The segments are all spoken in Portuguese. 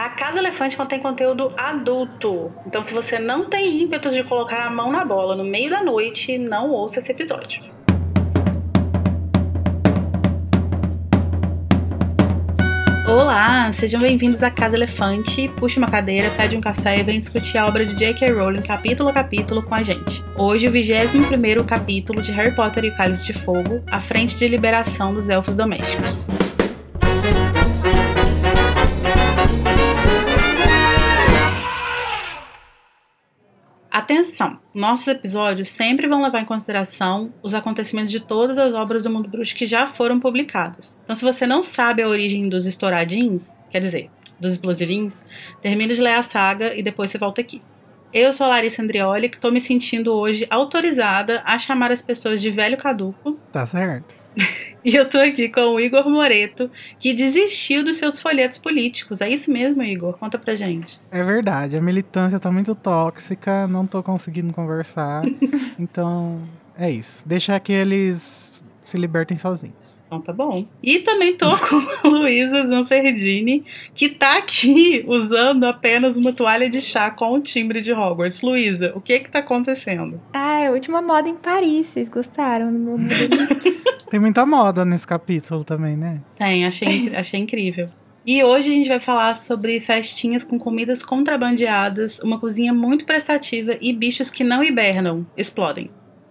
A Casa Elefante contém conteúdo adulto. Então, se você não tem ímpetos de colocar a mão na bola no meio da noite, não ouça esse episódio. Olá, sejam bem-vindos à Casa Elefante. Puxe uma cadeira, pede um café e vem discutir a obra de J.K. Rowling capítulo a capítulo com a gente. Hoje, o 21º capítulo de Harry Potter e o Cálice de Fogo, a frente de liberação dos elfos domésticos. Atenção! Nossos episódios sempre vão levar em consideração os acontecimentos de todas as obras do mundo bruxo que já foram publicadas. Então, se você não sabe a origem dos estouradins, quer dizer, dos explosivinhos, termine de ler a saga e depois você volta aqui. Eu sou a Larissa Andrioli, que estou me sentindo hoje autorizada a chamar as pessoas de velho caduco. Tá certo. E eu tô aqui com o Igor Moreto, que desistiu dos seus folhetos políticos. É isso mesmo, Igor? Conta pra gente. É verdade, a militância tá muito tóxica, não tô conseguindo conversar. Então, é isso. Deixa que eles se libertem sozinhos. Então tá bom. E também tô com a Luísa Zanferdini, que tá aqui usando apenas uma toalha de chá com o timbre de Hogwarts. Luísa, o que tá acontecendo? É a última moda em Paris, vocês gostaram do meu modelito? Tem muita moda nesse capítulo também, né? Tem, achei incrível. E hoje a gente vai falar sobre festinhas com comidas contrabandeadas, uma cozinha muito prestativa e bichos que não hibernam, explodem.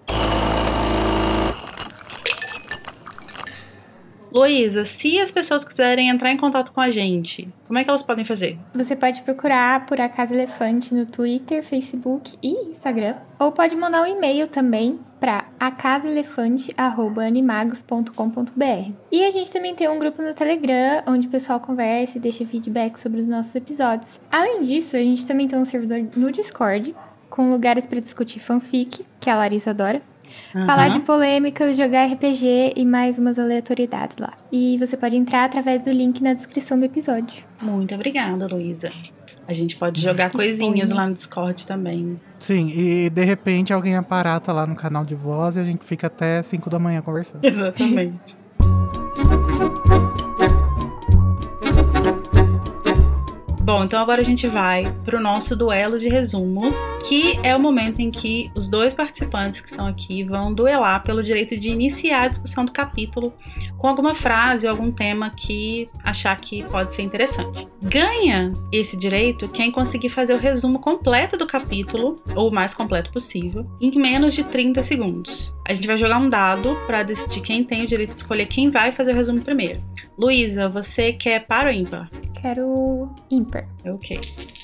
Luísa, se as pessoas quiserem entrar em contato com a gente, como é que elas podem fazer? Você pode procurar por A Casa Elefante no Twitter, Facebook e Instagram. Ou pode mandar um e-mail também para acasaelefante@animagos.com.br. E a gente também tem um grupo no Telegram, onde o pessoal conversa e deixa feedback sobre os nossos episódios. Além disso, a gente também tem um servidor no Discord, com lugares para discutir fanfic, que a Larissa adora. Falar de polêmicas, jogar RPG e mais umas aleatoriedades lá. E você pode entrar através do link na descrição do episódio. Muito obrigada, Luísa. A gente pode jogar coisinhas lá no Discord também. Sim, e de repente alguém aparata lá no canal de voz e a gente fica até 5 da manhã conversando. Exatamente. Bom, então agora a gente vai pro nosso duelo de resumos, que é o momento em que os dois participantes que estão aqui vão duelar pelo direito de iniciar a discussão do capítulo com alguma frase ou algum tema que achar que pode ser interessante. Ganha esse direito quem conseguir fazer o resumo completo do capítulo, ou o mais completo possível, em menos de 30 segundos. A gente vai jogar um dado para decidir quem tem o direito de escolher quem vai fazer o resumo primeiro. Luísa, você quer par ou ímpar? Quero ímpar. Ok.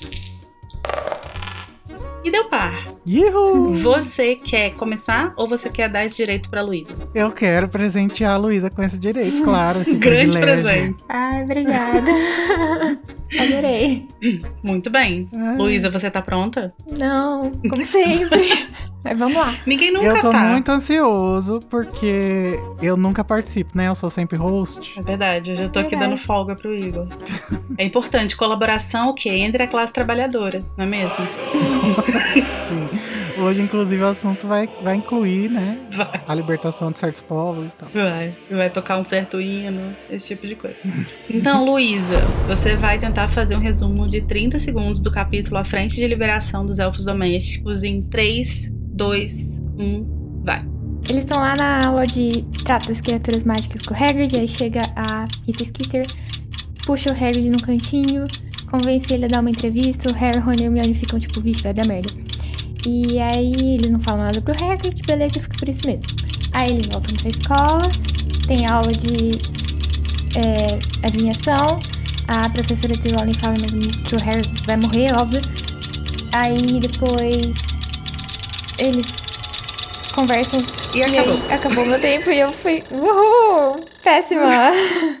E deu par. Uhul! Você quer começar ou você quer dar esse direito pra Luísa? Eu quero presentear a Luísa com esse direito, claro. Esse grande privilégio. presente. Ai, obrigada. Adorei. Muito bem. Luísa, você tá pronta? Não, como sempre. Mas vamos lá. Ninguém nunca Eu tô tá. muito ansioso, porque eu nunca participo, né? Eu sou sempre host. É verdade, eu já tô aqui dando folga pro Igor. É importante, colaboração, o quê? Entre a classe trabalhadora, não é mesmo? Sim. Hoje, inclusive, o assunto vai incluir, né? Vai. A libertação de certos povos e tal. Vai tocar um certo hino, esse tipo de coisa. Então, Luísa, você vai tentar fazer um resumo de 30 segundos do capítulo A Frente de Liberação dos Elfos Domésticos em 3, 2, 1, vai. Eles estão lá na aula de Trato das Criaturas Mágicas com o Hagrid, aí chega a Rita Skeeter, puxa o Hagrid no cantinho, convence ele a dar uma entrevista, o Harry, Ron e Hermione ficam tipo, vixe, vai dar merda. E aí eles não falam nada pro Hagrid, beleza, fica por isso mesmo. Aí eles voltam pra escola, tem aula de adivinhação, a professora Trelawney fala que o Harry vai morrer, óbvio. Aí depois eles conversam e acabou. Acabou meu tempo e eu fui, uhul, péssima.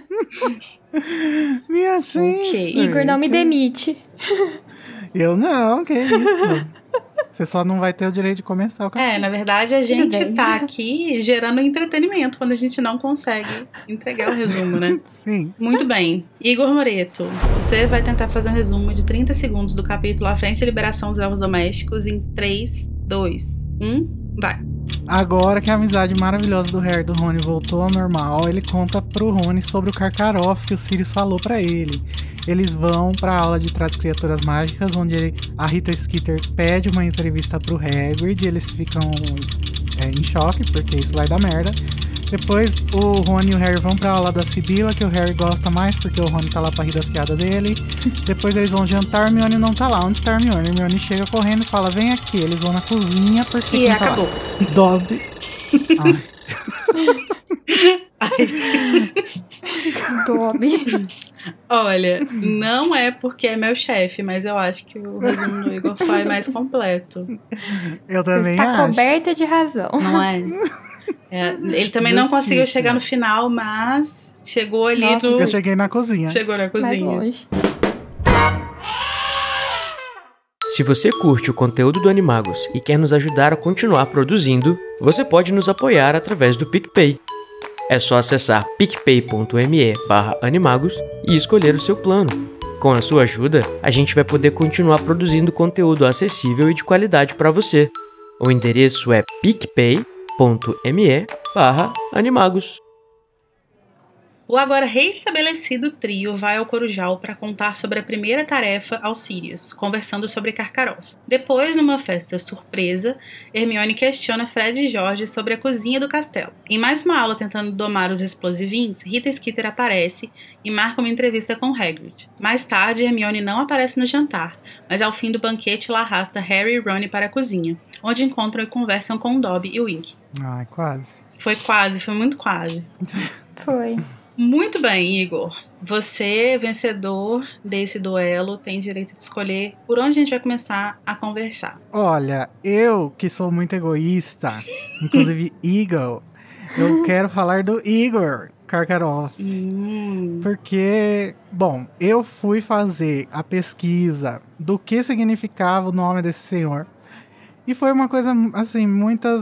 Minha gente. Okay. Igor, não me demite. Eu não, que isso. Você só não vai ter o direito de começar o capítulo. Na verdade a gente tá aqui gerando entretenimento quando a gente não consegue entregar o resumo, né? Sim. Muito bem. Igor Moreto, você vai tentar fazer um resumo de 30 segundos do capítulo A Frente de Liberação dos Elfos Domésticos em 3, 2, 1, vai. Agora que a amizade maravilhosa do Harry e do Rony voltou ao normal, ele conta pro Rony sobre o Karkaroff que o Sirius falou pra ele. eles vão pra aula de Tratos Criaturas Mágicas, onde a Rita Skeeter pede uma entrevista pro Hagrid, e eles ficam em choque, porque isso vai dar merda. Depois o Rony e o Harry vão pra aula da Sibila, que o Harry gosta mais, porque o Rony tá lá pra rir das piadas dele. Depois eles vão jantar, a Hermione não tá lá. Onde está a Hermione? A Hermione chega correndo e fala, vem aqui. Eles vão na cozinha, porque... E acabou. Tá Dobby. Dobby. Olha, não é porque é meu chefe, mas eu acho que o resumo do Igor foi mais completo. Eu também Está acho. coberta de razão. Não é? Ele também não conseguiu chegar no final, mas chegou ali Eu cheguei na cozinha. Chegou na cozinha. Mais longe. Se você curte o conteúdo do Animagos e quer nos ajudar a continuar produzindo, você pode nos apoiar através do PicPay. É só acessar picpay.me/animagos e escolher o seu plano. Com a sua ajuda, a gente vai poder continuar produzindo conteúdo acessível e de qualidade para você. O endereço é picpay.me/animagos. O agora reestabelecido trio vai ao Corujal para contar sobre a primeira tarefa aos Sirius, conversando sobre Karkaroff. Depois, numa festa surpresa, Hermione questiona Fred e George sobre a cozinha do castelo. Em mais uma aula tentando domar os explosivins, Rita Skeeter aparece e marca uma entrevista com Hagrid. Mais tarde, Hermione não aparece no jantar, mas ao fim do banquete ela arrasta Harry e Ron para a cozinha, onde encontram e conversam com Dobby e Wink. Ai, quase. Foi muito quase. Foi. Muito bem, Igor. Você, vencedor desse duelo, tem direito de escolher por onde a gente vai começar a conversar. Olha, eu que sou muito egoísta, inclusive Igor, eu quero falar do Igor Karkaroff. Porque, bom, eu fui fazer a pesquisa do que significava o nome desse senhor. E foi uma coisa, assim, muita...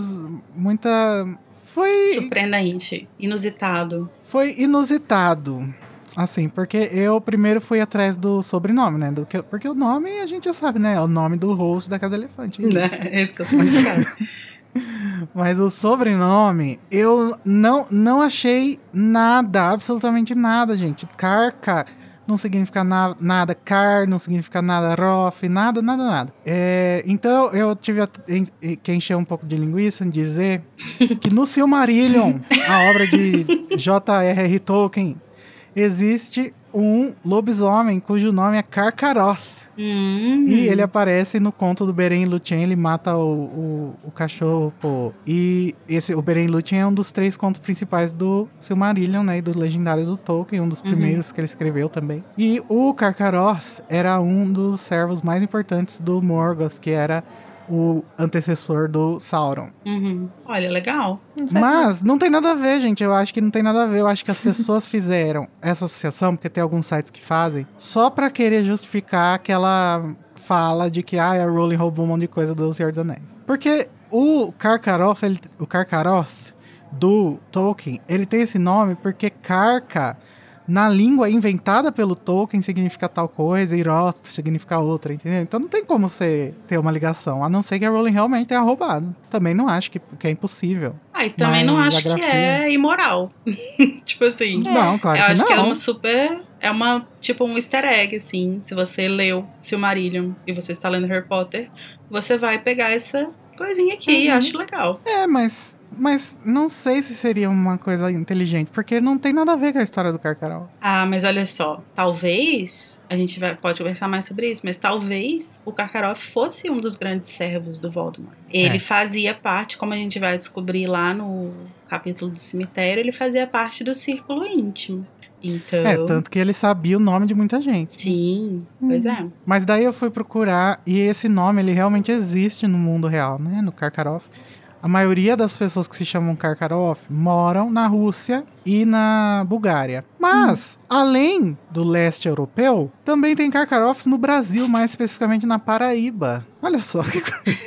Surpreendente, inusitado. Foi inusitado, assim, porque eu primeiro fui atrás do sobrenome, né? Porque o nome a gente já sabe, né? É o nome do host da Casa Elefante. É isso que eu sou chegada. Mas o sobrenome, eu não achei nada, absolutamente nada, gente. Karka não significa nada, Kar não significa nada, Roff, nada. Então eu tive que encher um pouco de linguiça em dizer que no Silmarillion, a obra de J.R.R. Tolkien, existe um lobisomem cujo nome é Karkaroff. E ele aparece no conto do Beren e Lúthien, ele mata o cachorro, pô. E o Beren e Lúthien é um dos 3 contos principais do Silmarillion, né? E do Legendário do Tolkien, um dos primeiros que ele escreveu também. E o Karkaroff era um dos servos mais importantes do Morgoth, que era o antecessor do Sauron. Olha, legal. Mas não tem nada a ver, gente. Eu acho que não tem nada a ver. Eu acho que as pessoas fizeram essa associação, porque tem alguns sites que fazem, só pra querer justificar aquela fala de que a Rowling roubou um monte de coisa do Senhor dos Anéis. Porque o Karkaroff, o Karkaroff do Tolkien, ele tem esse nome porque Karka, na língua inventada pelo Tolkien, significa tal coisa, e Roth significa outra, entendeu? Então não tem como você ter uma ligação, a não ser que a Rowling realmente tenha roubado. Também não acho que é impossível. E também não acho que é imoral. Tipo assim. Não, claro que não. Eu acho que é tipo um easter egg, assim. Se você leu Silmarillion e você está lendo Harry Potter, você vai pegar essa coisinha aqui, acho legal. Mas não sei se seria uma coisa inteligente, porque não tem nada a ver com a história do Karkaroff. Mas olha só, talvez, a gente pode conversar mais sobre isso, mas talvez o Karkaroff fosse um dos grandes servos do Voldemort. Ele fazia parte, como a gente vai descobrir lá no capítulo do cemitério, ele fazia parte do círculo íntimo. Então... tanto que ele sabia o nome de muita gente. Sim, pois é. Mas daí eu fui procurar, e esse nome, ele realmente existe no mundo real, né? No Karkaroff. A maioria das pessoas que se chamam Karkaroff moram na Rússia e na Bulgária. Mas, além do leste europeu, também tem Karkaroffs no Brasil, mais especificamente na Paraíba. Olha só que coisa.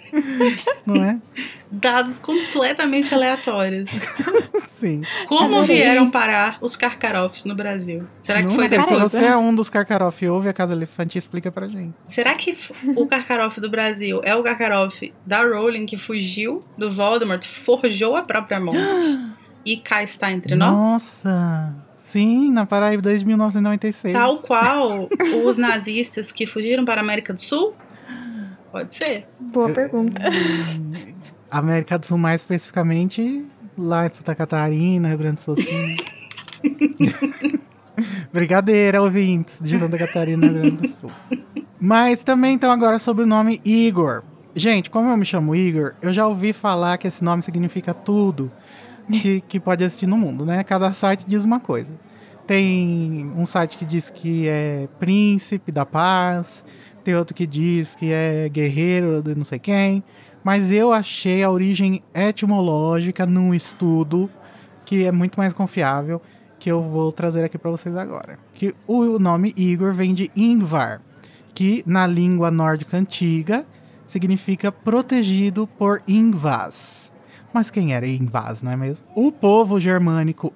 Não é? Dados completamente aleatórios. Sim. Como vieram parar os Karkaroffs no Brasil? Será que foi depois? Se você é um dos Karkaroff e ouve a Casa Elefante, explica pra gente. Será que o Karkaroff do Brasil é o Karkaroff da Rowling que fugiu do Voldemort, forjou a própria morte e cá está entre nós? Nossa! Sim, na Paraíba, desde 1996. Tal qual os nazistas que fugiram para a América do Sul? Pode ser. Boa pergunta. América do Sul, mais especificamente, lá em Santa Catarina, Rio Grande do Sul. Sim. Brincadeira, ouvintes de Santa Catarina, Rio Grande do Sul. Mas também, então, agora sobre o nome Igor. Gente, como eu me chamo Igor, eu já ouvi falar que esse nome significa tudo que pode existir no mundo, né? Cada site diz uma coisa. Tem um site que diz que é príncipe da paz, tem outro que diz que é guerreiro de não sei quem, mas eu achei a origem etimológica num estudo que é muito mais confiável, que eu vou trazer aqui para vocês agora. Que o nome Igor vem de Ingvar, que na língua nórdica antiga significa protegido por Ingvas. Mas quem era Ingvas, não é mesmo? O povo germânico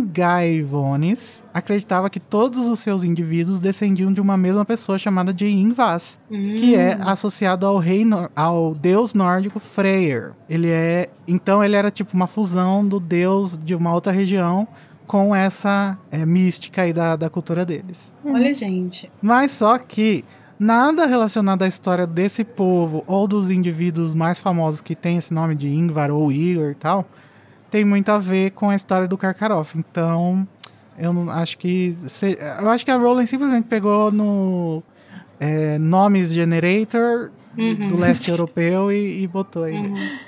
Ingaivones acreditava que todos os seus indivíduos descendiam de uma mesma pessoa chamada de Ingvas, que é associado ao deus nórdico Freyr. Então ele era tipo uma fusão do deus de uma outra região com essa mística aí da cultura deles. Olha, gente. Mas só que nada relacionado à história desse povo ou dos indivíduos mais famosos que tem esse nome de Ingvar ou Igor e tal, tem muito a ver com a história do Karkaroff. Então, eu acho que a Rowling simplesmente pegou no nomes generator do leste europeu e botou aí.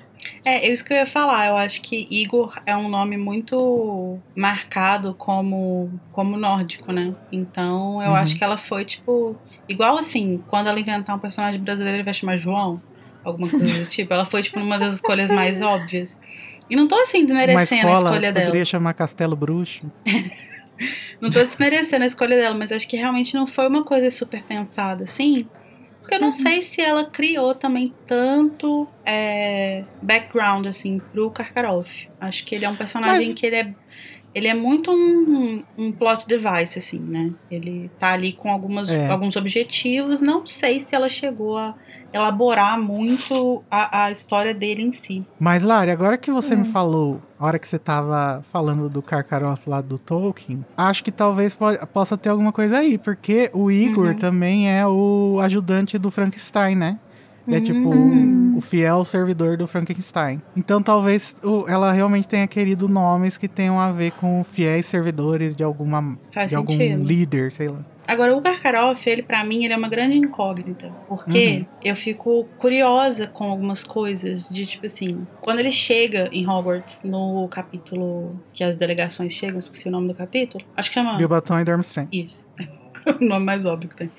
É isso que eu ia falar. Eu acho que Igor é um nome muito marcado como nórdico, né? Então, eu acho que ela foi, tipo... Igual assim, quando ela inventar um personagem brasileiro, ele vai chamar João, alguma coisa do tipo. Ela foi, tipo, uma das escolhas mais óbvias. E não tô, assim, desmerecendo a escolha dela. Poderia chamar Castelo Bruxo. Não tô desmerecendo a escolha dela, mas acho que realmente não foi uma coisa super pensada, assim. Porque eu não sei se ela criou também tanto background, assim, pro Karkaroff. Acho que ele é um personagem que ele é muito um plot device, assim, né? Ele tá ali com alguns objetivos. Não sei se ela chegou a elaborar muito a história dele em si. Mas, Lari, agora que você me falou, a hora que você tava falando do Karkaroff lá do Tolkien, acho que talvez possa ter alguma coisa aí, porque o Igor também é o ajudante do Frankenstein, né? Ele é tipo o fiel servidor do Frankenstein. Então talvez ela realmente tenha querido nomes que tenham a ver com fiéis servidores de algum líder, sei lá. Agora, o Karkaroff, ele pra mim, ele é uma grande incógnita. Porque eu fico curiosa com algumas coisas de, tipo assim... Quando ele chega em Hogwarts, no capítulo que as delegações chegam, esqueci o nome do capítulo. Acho que chama... Bilbaton e Durmstrang. Isso. O nome mais óbvio que tem.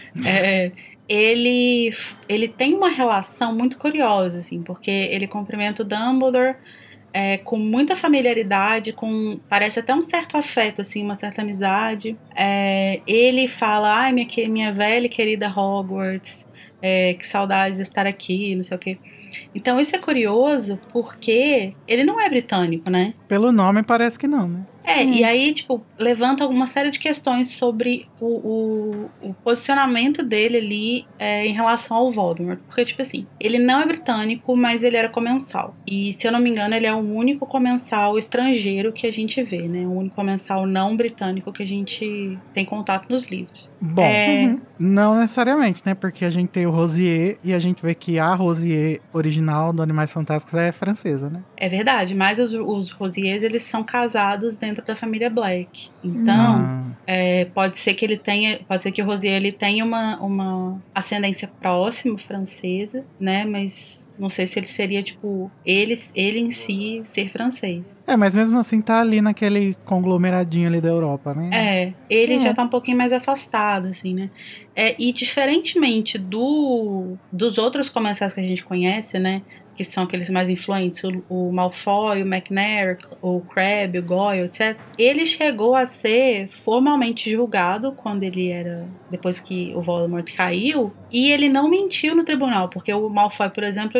Ele tem uma relação muito curiosa, assim, porque ele cumprimenta o Dumbledore com muita familiaridade, parece até um certo afeto, assim, uma certa amizade. Ele fala, ai, minha velha e querida Hogwarts, que saudade de estar aqui, não sei o quê. Então isso é curioso porque ele não é britânico, né? Pelo nome parece que não, né? E aí, tipo, levanta alguma série de questões sobre o posicionamento dele ali em relação ao Voldemort. Porque, tipo assim, ele não é britânico, mas ele era comensal. E, se eu não me engano, ele é o único comensal estrangeiro que a gente vê, né? O único comensal não britânico que a gente tem contato nos livros. Bom, não necessariamente, né? Porque a gente tem o Rosier e a gente vê que a Rosier original do Animais Fantásticos é francesa, né? É verdade, mas os Rosiers, eles são casados dentro da família Black. Então, pode ser que o Rosier ele tenha uma ascendência próxima francesa, né? Mas não sei se ele seria, tipo, ele em si ser francês. Mas mesmo assim tá ali naquele conglomeradinho ali da Europa, né? Ele já tá um pouquinho mais afastado, assim, né? E diferentemente dos outros comensais que a gente conhece, né? Que são aqueles mais influentes, o Malfoy, o McNair, o Crabbe, o Goyle, etc. Ele chegou a ser formalmente julgado depois que o Voldemort caiu, e ele não mentiu no tribunal, porque o Malfoy, por exemplo,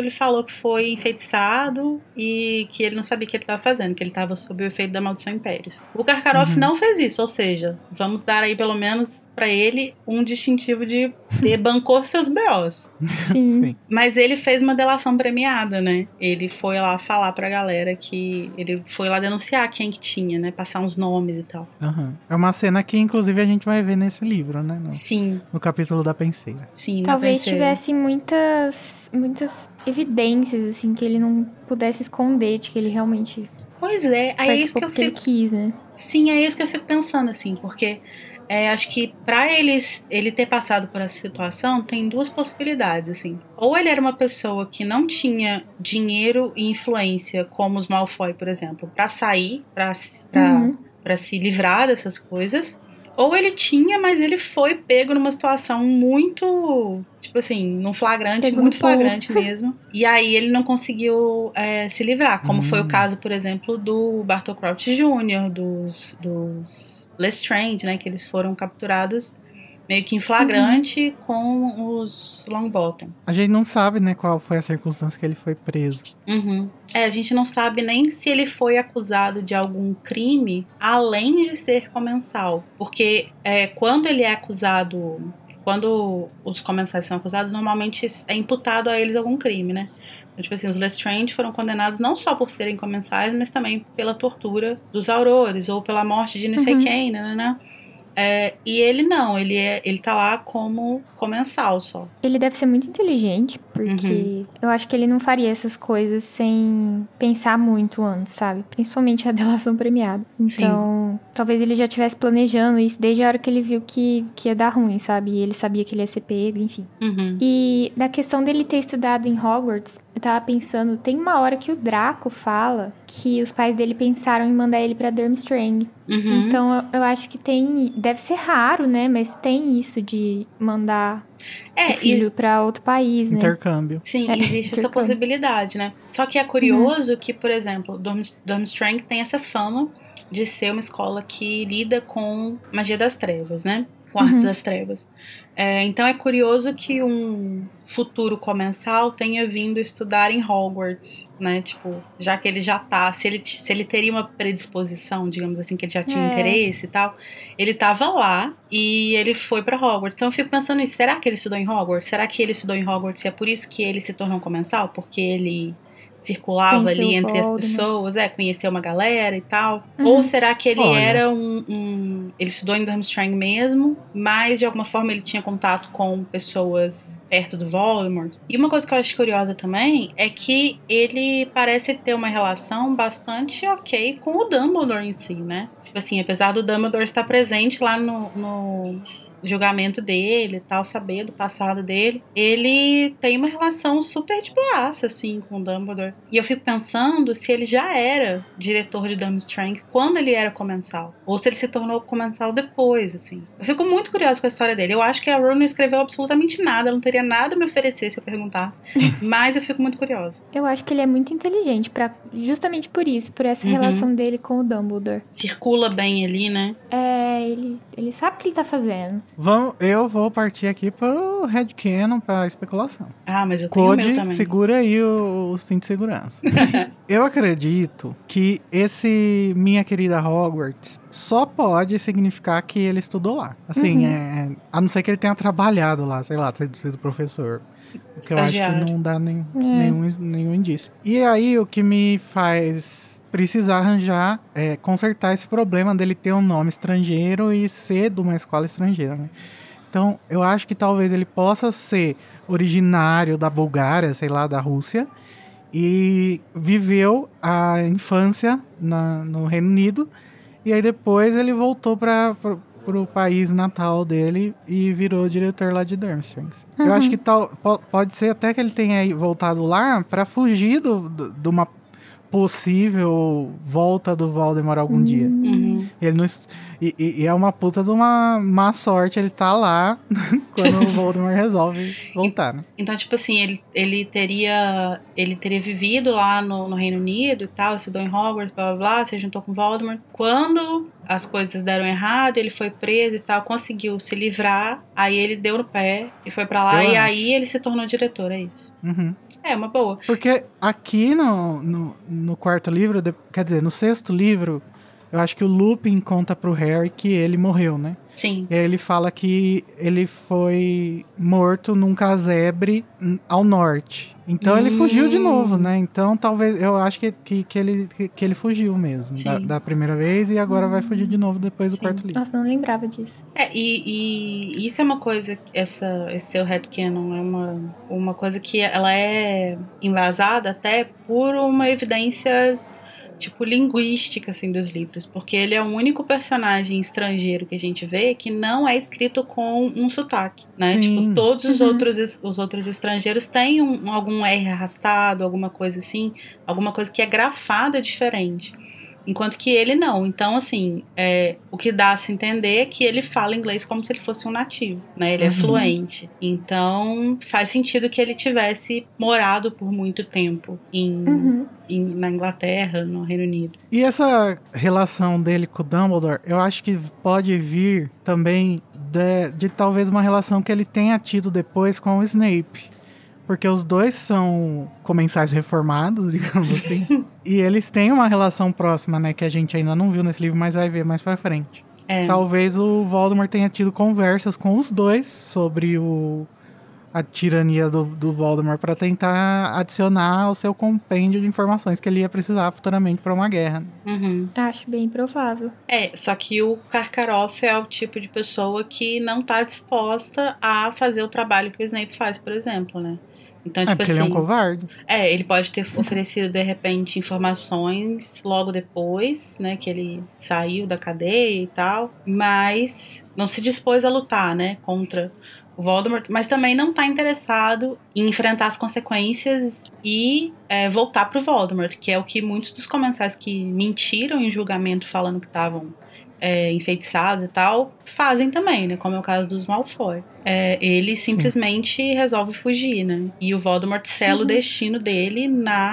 ele falou que foi enfeitiçado e que ele não sabia o que ele estava fazendo, que ele estava sob o efeito da maldição Impérios. O Karkaroff não fez isso, ou seja, vamos dar aí pelo menos pra ele um distintivo de bancou seus B.O.s. Sim. Mas ele fez uma delação premiada, né? Ele foi lá falar pra galera que... Ele foi lá denunciar quem que tinha, né? Passar uns nomes e tal. Uhum. É uma cena que, inclusive, a gente vai ver nesse livro, né? Sim. No capítulo da penseira. Sim, Talvez tivesse muitas evidências, assim, que ele não pudesse esconder de que ele realmente Pois é, aí é isso que eu porque ele fico... quis, né? Sim, é isso que eu fico pensando, assim, porque acho que pra ele ter passado por essa situação, tem duas possibilidades, assim. Ou ele era uma pessoa que não tinha dinheiro e influência, como os Malfoy, por exemplo, pra sair, pra se livrar dessas coisas. Ou ele tinha, mas ele foi pego numa situação muito, tipo assim, num flagrante, Pegou muito no pulo. flagrante mesmo. E aí ele não conseguiu se livrar, como foi o caso, por exemplo, do Bartol Crouch Jr., dos Lestrange, né, que eles foram capturados meio que em flagrante com os Longbottom. A gente não sabe, né, qual foi a circunstância que ele foi preso. A gente não sabe nem se ele foi acusado de algum crime além de ser comensal. Porque quando ele é acusado, quando os comensais são acusados, normalmente é imputado a eles algum crime, né? Então, tipo assim, os Lestrange foram condenados não só por serem comensais, mas também pela tortura dos aurores, ou pela morte de não sei quem, né? E ele não, ele tá lá como comensal só. Ele deve ser muito inteligente, porque eu acho que ele não faria essas coisas sem pensar muito antes, sabe? Principalmente a delação premiada. Então, talvez ele já estivesse planejando isso desde a hora que ele viu que ia dar ruim, sabe? E ele sabia que ele ia ser pego, enfim. E da questão dele ter estudado em Hogwarts, eu tava pensando, tem uma hora que o Draco fala que os pais dele pensaram em mandar ele pra Durmstrang. Então, eu acho que deve ser raro, né? Mas tem isso de mandar o filho pra outro país, né? Intercâmbio. Sim, existe essa possibilidade, né? Só que é curioso que, por exemplo, Durmstrang tem essa fama de ser uma escola que lida com magia das trevas, né? Com artes das trevas. Então é curioso que um futuro comensal tenha vindo estudar em Hogwarts, né? Tipo, já que ele já tá... Se ele teria uma predisposição, digamos assim, que ele já tinha interesse e tal, ele tava lá e ele foi pra Hogwarts. Então eu fico pensando nisso. Será que ele estudou em Hogwarts? Será que ele estudou em Hogwarts e é por isso que ele se tornou comensal? Porque ele circulava Conheceu ali entre as pessoas, conheceu uma galera e tal. Ou será que ele era ele estudou em Durmstrang mesmo, mas de alguma forma ele tinha contato com pessoas perto do Voldemort. E uma coisa que eu acho curiosa também é que ele parece ter uma relação bastante ok com o Dumbledore em si, né? Tipo assim, apesar do Dumbledore estar presente lá no julgamento dele e tal, saber do passado dele, ele tem uma relação super de boaça, assim, com o Dumbledore. E eu fico pensando se ele já era diretor de Durmstrang quando ele era comensal, ou se ele se tornou comensal depois, assim. Eu fico muito curiosa com a história dele. Eu acho que a Rowling não escreveu absolutamente nada, ela não teria nada a me oferecer se eu perguntasse, mas eu fico muito curiosa. Eu acho que ele é muito inteligente, justamente por isso, por essa relação dele com o Dumbledore. Circula bem ali, né? Ele sabe o que ele tá fazendo. Eu vou partir aqui pro headcanon, pra especulação. Mas eu tenho o meu Code, também. segura aí o cinto de segurança. Eu acredito que esse Minha Querida Hogwarts só pode significar que ele estudou lá. Assim, a não ser que ele tenha trabalhado lá, sei lá, ter sido professor. Porque eu acho que não dá nenhum indício. E aí, o que me faz precisar arranjar, consertar esse problema dele ter um nome estrangeiro e ser de uma escola estrangeira, né? Então, eu acho que talvez ele possa ser originário da Bulgária, sei lá, da Rússia, e viveu a infância no Reino Unido, e aí depois ele voltou pro país natal dele e virou diretor lá de Durmstrang. Eu acho que pode ser até que ele tenha voltado lá para fugir de uma possível volta do Voldemort algum dia. Ele não, e é uma puta de uma má sorte ele tá lá quando o Voldemort resolve voltar, né? Então, tipo assim, ele teria vivido lá no Reino Unido e tal, estudou em Hogwarts, blá blá blá, se juntou com o Voldemort. Quando as coisas deram errado, ele foi preso e tal, conseguiu se livrar, aí ele deu no pé e foi pra lá, aí ele se tornou diretor, é isso. É uma boa. Porque aqui no quarto livro, quer dizer, no sexto livro, eu acho que o Lupin conta pro Harry que ele morreu, né? Sim. E aí ele fala que ele foi morto num casebre ao norte. Então ele fugiu de novo, né? Então talvez, eu acho que ele fugiu mesmo da primeira vez e agora vai fugir de novo depois do quarto livro. Nossa, não lembrava disso. E isso é uma coisa, esse seu headcanon é uma coisa que ela é embasada até por uma evidência tipo linguística assim dos livros, porque ele é o único personagem estrangeiro que a gente vê que não é escrito com um sotaque, né? Sim. Tipo, todos os outros estrangeiros têm algum R arrastado, alguma coisa assim, alguma coisa que é grafada diferente. Enquanto que ele não. Então, assim, o que dá a se entender é que ele fala inglês como se ele fosse um nativo, né? Ele é fluente. Então, faz sentido que ele tivesse morado por muito tempo na Inglaterra, no Reino Unido. E essa relação dele com o Dumbledore, eu acho que pode vir também de talvez uma relação que ele tenha tido depois com o Snape. Porque os dois são comensais reformados, digamos assim. E eles têm uma relação próxima, né? Que a gente ainda não viu nesse livro, mas vai ver mais pra frente. Talvez o Voldemort tenha tido conversas com os dois sobre a tirania do Voldemort pra tentar adicionar ao seu compêndio de informações que ele ia precisar futuramente pra uma guerra. Acho bem provável. Só que o Karkaroff é o tipo de pessoa que não tá disposta a fazer o trabalho que o Snape faz, por exemplo, né? Então, tipo porque assim, ele é um covarde. Ele pode ter oferecido, de repente, informações logo depois, né, que ele saiu da cadeia e tal, mas não se dispôs a lutar, né, contra o Voldemort, mas também não tá interessado em enfrentar as consequências e voltar pro Voldemort, que é o que muitos dos comensais que mentiram em julgamento falando que estavam enfeitiçados e tal, fazem também, né? Como é o caso dos Malfoy. Ele simplesmente resolve fugir, né? E o Voldemort sela o destino dele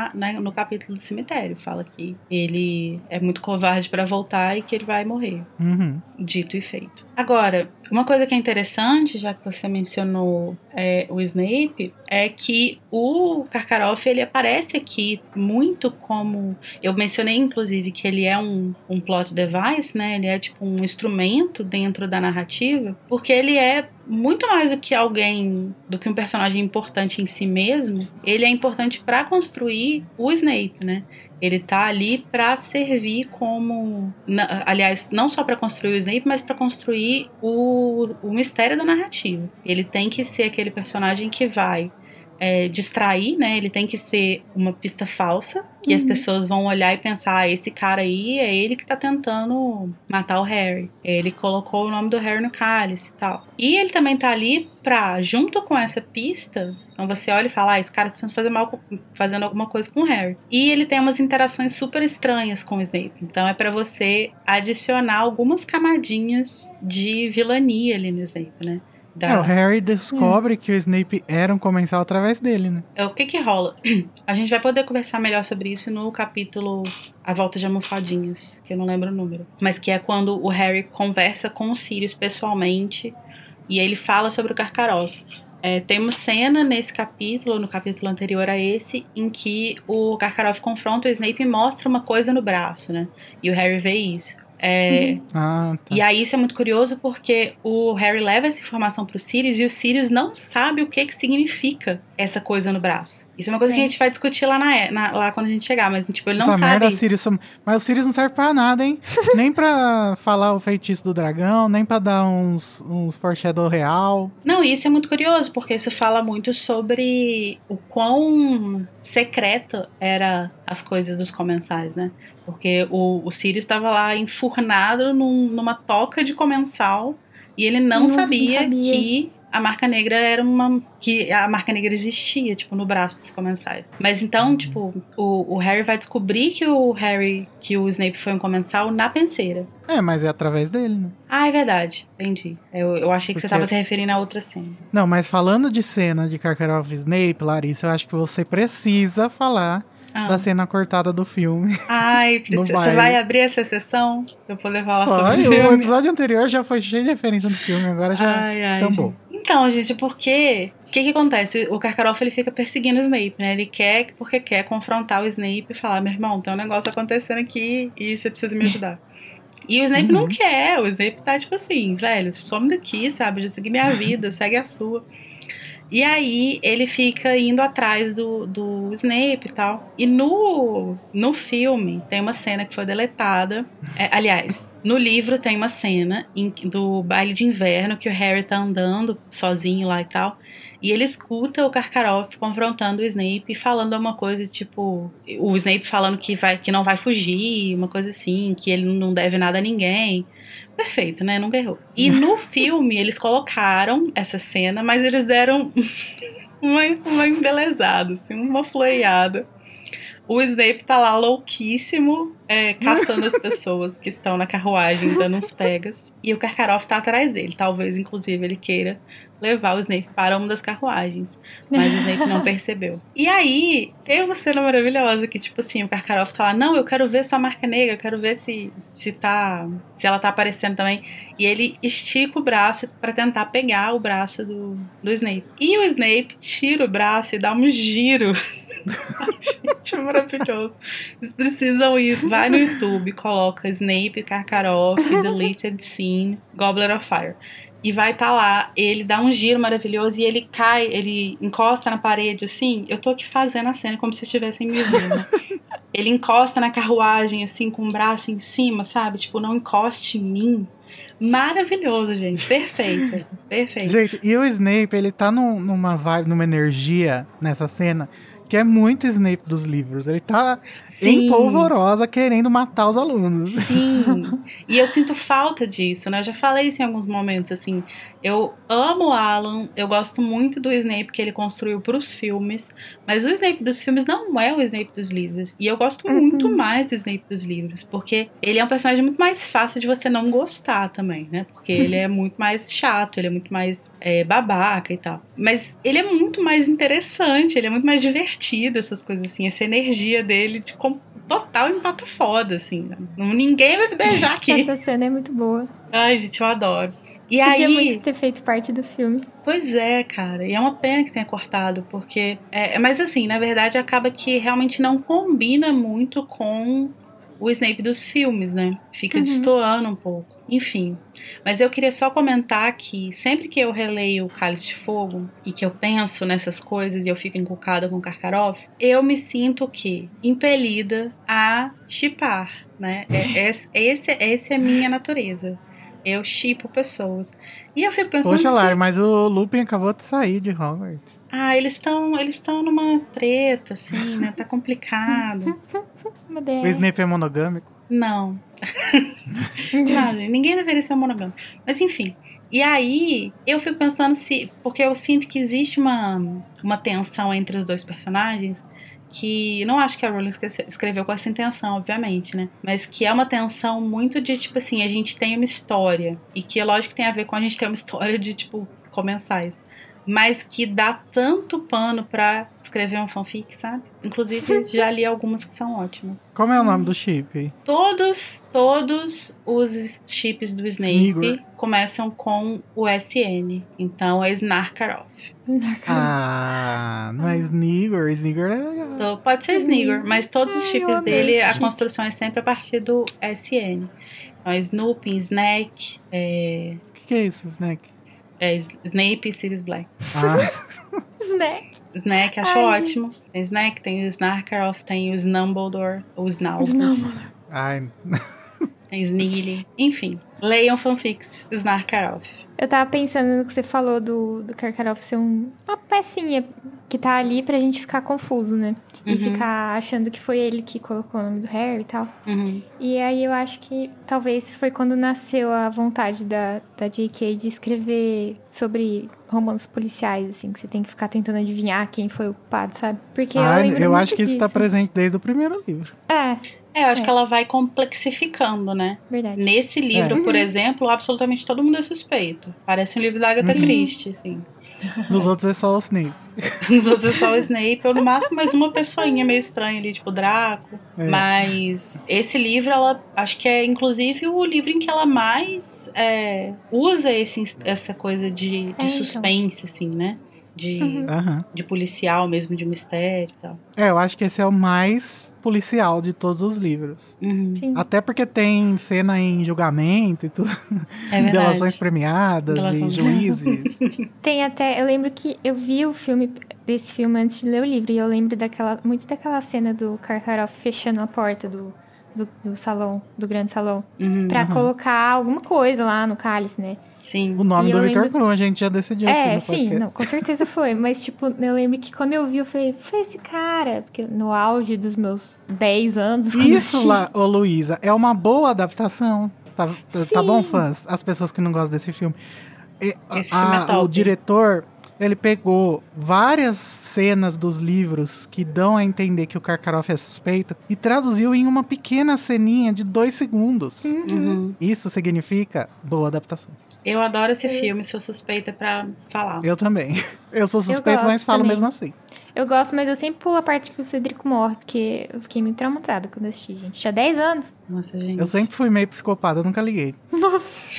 no capítulo do cemitério. Fala que ele é muito covarde pra voltar e que ele vai morrer. Dito e feito. Agora, uma coisa que é interessante, já que você mencionou o Snape, é que o Karkaroff, ele aparece aqui muito como... Eu mencionei, inclusive, que ele é um plot device, né? Ele é tipo um instrumento dentro da narrativa, porque ele é muito mais do que um personagem importante em si mesmo. Ele é importante para construir o Snape, né? Ele tá ali para servir como... Aliás, não só para construir o Snape, mas para construir o mistério da narrativa. Ele tem que ser aquele personagem que vai distrair, né? Ele tem que ser uma pista falsa, que as pessoas vão olhar e pensar, esse cara aí é ele que tá tentando matar o Harry. Ele colocou o nome do Harry no cálice e tal. E ele também tá ali pra, junto com essa pista, então você olha e fala, esse cara tá tentando fazendo alguma coisa com o Harry. E ele tem umas interações super estranhas com o Snape. Então é pra você adicionar algumas camadinhas de vilania ali no Snape, né? O Harry descobre que o Snape era um comensal através dele, né? O que rola? A gente vai poder conversar melhor sobre isso no capítulo A Volta de Almofadinhas, que eu não lembro o número. Mas que é quando o Harry conversa com o Sirius pessoalmente e ele fala sobre o Karkaroff. Tem uma cena nesse capítulo, no capítulo anterior a esse, em que o Karkaroff confronta o Snape e mostra uma coisa no braço, né? E o Harry vê isso. Tá. E aí isso é muito curioso porque o Harry leva essa informação pro Sirius e o Sirius não sabe o que significa essa coisa no braço. Isso é uma coisa que a gente vai discutir lá quando a gente chegar, mas tipo, ele não sabe. Merda, Sirius, mas o Sirius não serve pra nada, hein? Nem pra falar o feitiço do dragão, nem pra dar uns foreshadow real. Não, e isso é muito curioso, porque isso fala muito sobre o quão secreta era as coisas dos comensais, né? Porque o Sirius estava lá enfurnado numa toca de comensal e ele não sabia que a marca negra que a marca negra existia, tipo, no braço dos comensais. Mas então, tipo, o Harry vai descobrir que o Snape foi um comensal na penseira. Mas é através dele, né? É verdade. Entendi. Eu achei que você estava se referindo a outra cena. Não, mas falando de cena de Karkaroff e Snape, Larissa, eu acho que você precisa falar da cena cortada do filme. Você vai abrir essa sessão pra eu poder falar sobre o filme? O episódio anterior já foi cheio de referência do filme, agora já escambou. Então, gente, porque... O que acontece? O Karkaroff, ele fica perseguindo o Snape, né? Ele quer, porque quer confrontar o Snape e falar, meu irmão, tem um negócio acontecendo aqui e você precisa me ajudar. E o Snape não quer, o Snape tá tipo assim, velho, some daqui, sabe? Já segui minha vida, segue a sua. E aí ele fica indo atrás do Snape e tal. E no filme tem uma cena que foi deletada. Aliás, no livro tem uma cena do baile de inverno que o Harry tá andando sozinho lá e tal. E ele escuta o Karkaroff confrontando o Snape e falando uma coisa tipo... O Snape falando que não vai fugir, uma coisa assim, que ele não deve nada a ninguém. Perfeito, né? Nunca errou. E no filme eles colocaram essa cena, mas eles deram uma embelezada, assim, uma floreada. O Snape tá lá louquíssimo, caçando as pessoas que estão na carruagem, dando uns pegas. E o Karkaroff tá atrás dele. Talvez, inclusive, ele queira levar o Snape para uma das carruagens. Mas o Snape não percebeu. E aí, tem uma cena maravilhosa que, tipo assim, o Karkaroff tá lá, não, eu quero ver sua marca negra, eu quero ver se ela tá aparecendo também. E ele estica o braço pra tentar pegar o braço do Snape. E o Snape tira o braço e dá um giro. Gente, é maravilhoso. Vocês precisam ir, vai no YouTube, coloca Snape, Karkaroff, Deleted Scene, Goblet of Fire. E vai estar lá, ele dá um giro maravilhoso e ele cai, ele encosta na parede assim. Eu tô aqui fazendo a cena como se estivessem me vendo. Ele encosta na carruagem assim, com o braço em cima, sabe? Tipo, não encoste em mim. Maravilhoso, gente. Perfeito. Perfeito. Gente, e o Snape, ele tá numa vibe, numa energia nessa cena que é muito Snape dos livros. Ele tá em polvorosa querendo matar os alunos. Sim. E eu sinto falta disso, né? Eu já falei isso em alguns momentos, assim. Eu amo o Alan, eu gosto muito do Snape que ele construiu pros filmes, mas o Snape dos filmes não é o Snape dos livros. E eu gosto muito mais do Snape dos livros, porque ele é um personagem muito mais fácil de você não gostar também, né? Porque ele é muito mais chato, ele é muito mais babaca e tal. Mas ele é muito mais interessante, ele é muito mais divertido, essas coisas assim. Essa energia dele de total empata foda, assim. Ninguém vai se beijar aqui. Essa cena é muito boa. Ai, gente, eu adoro. E Podia aí, muito ter feito parte do filme. Pois é, cara. E é uma pena que tenha cortado, porque... mas assim, na verdade, acaba que realmente não combina muito com o Snape dos filmes, né? Fica destoando um pouco. Enfim. Mas eu queria só comentar que sempre que eu releio o Cálice de Fogo e que eu penso nessas coisas e eu fico encucada com o Karkaroff, eu me sinto o quê? Impelida a shippar, né? Essa é a minha natureza. Eu shippo pessoas. E eu fico pensando... Poxa, Lari, mas o Lupin acabou de sair de Hogwarts. Ah, eles estão numa treta, assim, né? Tá complicado. O Snape é monogâmico? Não. Não, gente, ninguém deveria ser monogâmico. Mas enfim. E aí, eu fico pensando porque eu sinto que existe uma tensão entre os dois personagens que não acho que a Rowling escreveu com essa intenção, obviamente, né? Mas que é uma tensão muito de, tipo assim, a gente tem uma história. E que é lógico que tem a ver com a gente ter uma história de, tipo, comensais. Mas que dá tanto pano pra escrever um fanfic, sabe? Inclusive, já li algumas que são ótimas. Como é o nome do chip? Todos os chips do Snape começam com o SN. Então, é Snarkaroff. Ah, não é Sneagor? Sneagor é legal. Então, pode ser Sneagor, mas todos os chips dele, a construção é sempre a partir do SN. Então, Snoopy, Snack... O que é isso, Snack? Snape e Sirius Black. Snack, acho ótimo. Gente. Tem Snack, tem o Snarkaroff, tem o Snumbledore, o Snaubus. Ai... Tem Snealy. Enfim, leiam fanfics do Snarkaroff. Eu tava pensando no que você falou do Karkaroff ser uma pecinha que tá ali pra gente ficar confuso, né? E ficar achando que foi ele que colocou o nome do Harry e tal. E aí eu acho que talvez foi quando nasceu a vontade da J.K. de escrever sobre romances policiais, assim, que você tem que ficar tentando adivinhar quem foi o culpado, sabe? Porque eu acho que isso tá presente desde o primeiro livro. Eu acho que ela vai complexificando, né? Verdade. Nesse livro, por exemplo, absolutamente todo mundo é suspeito. Parece um livro da Agatha Christie, assim. Nos outros é só o Snape. Os outros é só o Snape, ou no máximo mais uma pessoinha meio estranha ali, tipo o Draco. É. Mas esse livro, ela acho que é inclusive o livro em que ela mais usa essa coisa de então. suspense, assim, né? Aham. De policial mesmo, de mistério e tal. Eu acho que esse é o mais policial de todos os livros. Uhum. Sim. Até porque tem cena em julgamento e tudo. É verdade. Delações premiadas Delação- e juízes. Tem até, eu lembro que eu vi desse filme antes de ler o livro, e eu lembro muito daquela cena do Karkaroff fechando a porta do salão, do grande salão, Uhum. pra colocar alguma coisa lá no cálice, né? Sim. O nome E do eu Victor lembro- Krum, a gente já decidiu aqui no Sim, podcast. não, com certeza foi. Mas, tipo, eu lembro que quando eu vi, eu falei, foi esse cara. Porque no auge dos meus 10 anos... quando eu Isso assisti- lá, ô Luísa, é uma boa adaptação. Tá Sim. bom, fãs? As pessoas que não gostam desse filme. Esse filme é top. O diretor, ele pegou várias cenas dos livros que dão a entender que o Karkaroff é suspeito e traduziu em uma pequena ceninha de 2 segundos. Uhum. Isso significa boa adaptação. Eu adoro esse filme, sou suspeita pra falar. Eu também. Eu sou suspeito, gosto mas falo também. mesmo assim. Eu gosto, mas eu sempre pulo a parte que o Cedrico morre, porque eu fiquei muito traumatizada quando eu assisti, gente. Tinha 10 anos. Nossa, gente. Eu sempre fui meio psicopata, eu nunca liguei. Nossa.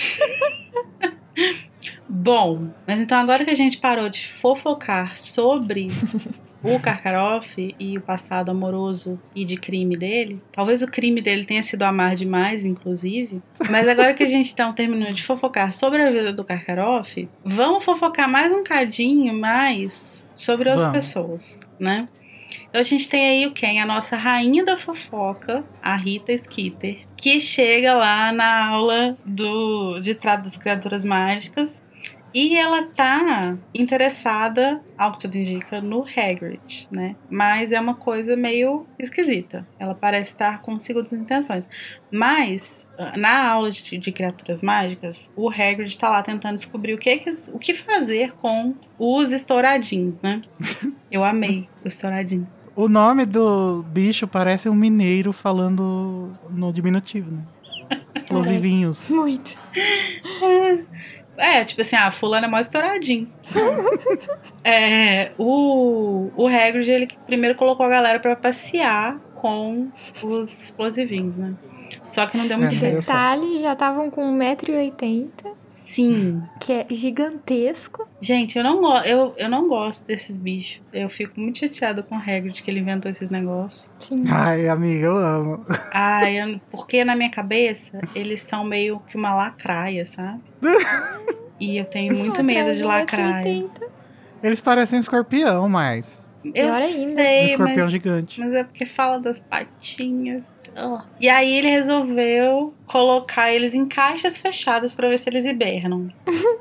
Bom, mas então agora que a gente parou de fofocar sobre o Karkaroff e o passado amoroso e de crime dele, talvez o crime dele tenha sido amar demais, inclusive, mas agora que a gente então terminou de fofocar sobre a vida do Karkaroff, vamos fofocar mais um cadinho mais sobre as Vamos. pessoas, né? Então a gente tem aí a nossa rainha da fofoca, a Rita Skeeter, que chega lá na aula das criaturas mágicas e ela tá interessada, ao que tudo indica, no Hagrid, né? Mas é uma coisa meio esquisita. Ela parece estar com segundas intenções. Mas, na aula de criaturas mágicas, o Hagrid tá lá tentando descobrir o que fazer com os estouradinhos, né? Eu amei o estouradinho. O nome do bicho parece um mineiro falando no diminutivo, né? Explosivinhos. Muito. Tipo assim, fulano é mó estouradinho. O Hagrid, ele primeiro colocou a galera pra passear com os explosivinhos, né? Só que não deu muito É, certo. deu certo. Detalhe, já estavam com 1,80m, Sim. que é gigantesco. Gente, eu não gosto desses bichos. Eu fico muito chateada com o Hagrid, que ele inventou esses negócios. Sim. Ai, amiga, eu amo. Porque na minha cabeça, eles são meio que uma lacraia, sabe? E eu tenho muito medo de lacraia. 1,80m. Eles parecem um escorpião, mas... Eu Pior ainda. Um sei, escorpião gigante. mas é porque fala das patinhas. E aí ele resolveu colocar eles em caixas fechadas pra ver se eles hibernam.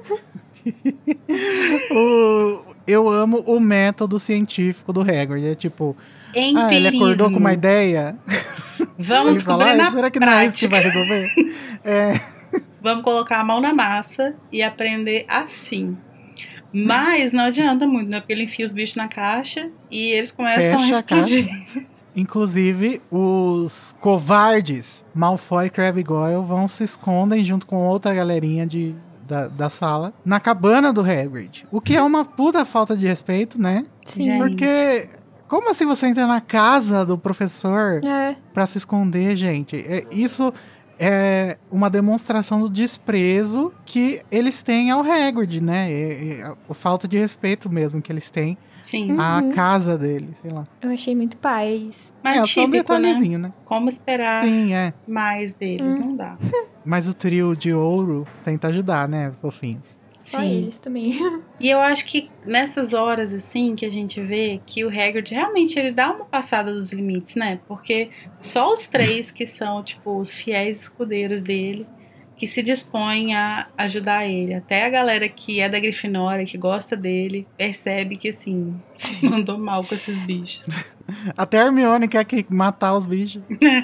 Eu amo o método científico do Hagrid. É tipo... Empirismo. ele acordou com uma ideia. Vamos Ele fala, descobrir na será que não é isso que prática. vai resolver? Vamos colocar a mão na massa e aprender assim. Mas não adianta muito, né? Porque ele enfia os bichos na caixa e eles começam Fecha a a caixa. explodir. Inclusive, os covardes Malfoy e Crabbe e Goyle se escondem junto com outra galerinha da sala na cabana do Hagrid. O que é uma puta falta de respeito, né? Sim. Gente. Porque... Como assim você entra na casa do professor É. pra se esconder, gente? Isso é uma demonstração do desprezo que eles têm ao Hagrid, né? A falta de respeito mesmo que eles têm Sim. à casa dele, sei lá. Eu achei muito paz. Mas Só um típico, né? detalhezinho, né? Como esperar Sim, é. mais deles? Não dá. Mas o trio de ouro tenta ajudar, né, fofinhos? Só Sim. eles também. E eu acho que nessas horas, assim, que a gente vê que o Hagrid realmente ele dá uma passada dos limites, né? Porque só os 3 que são, tipo, os fiéis escudeiros dele, que se dispõem a ajudar ele. Até a galera que é da Grifinória, que gosta dele, percebe que, assim, se mandou mal com esses bichos. Até a Hermione quer matar os bichos.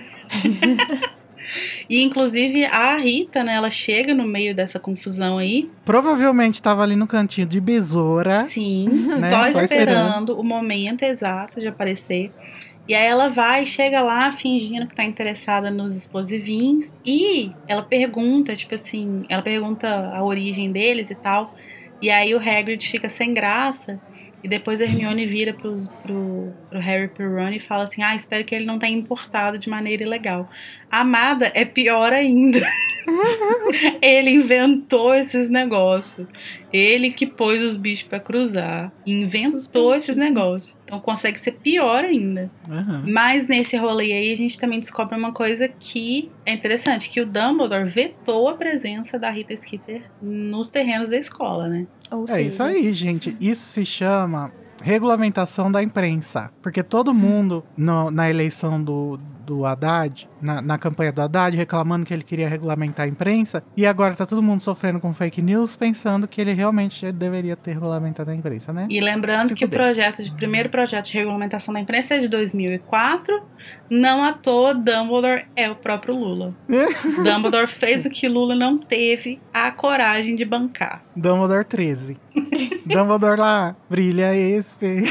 E, inclusive, a Rita, né, ela chega no meio dessa confusão aí. Provavelmente tava ali no cantinho de besoura. Sim, Né, só só esperando o momento exato de aparecer. E aí ela vai, chega lá fingindo que tá interessada nos explosivinhos. E ela pergunta, tipo assim, ela pergunta a origem deles e tal. E aí o Hagrid fica sem graça. E depois a Hermione vira pro Harry e pro Ron e fala assim, espero que ele não tenha importado de maneira ilegal. A Amada é pior ainda. Ele inventou esses negócios. Ele que pôs os bichos pra cruzar. Inventou esses negócios. Então consegue ser pior ainda. Uhum. Mas nesse rolê aí a gente também descobre uma coisa que é interessante, que o Dumbledore vetou a presença da Rita Skeeter nos terrenos da escola, né? Ou É seja, isso aí, gente. Isso se chama regulamentação da imprensa. Porque todo mundo, na eleição do Haddad, na campanha do Haddad, reclamando que ele queria regulamentar a imprensa, e agora tá todo mundo sofrendo com fake news, pensando que ele realmente deveria ter regulamentado a imprensa, né? E lembrando que o primeiro projeto de regulamentação da imprensa é de 2004, não à toa Dumbledore é o próprio Lula. Dumbledore fez o que Lula não teve a coragem de bancar. Dumbledore 13. Dumbledore lá, brilha esse.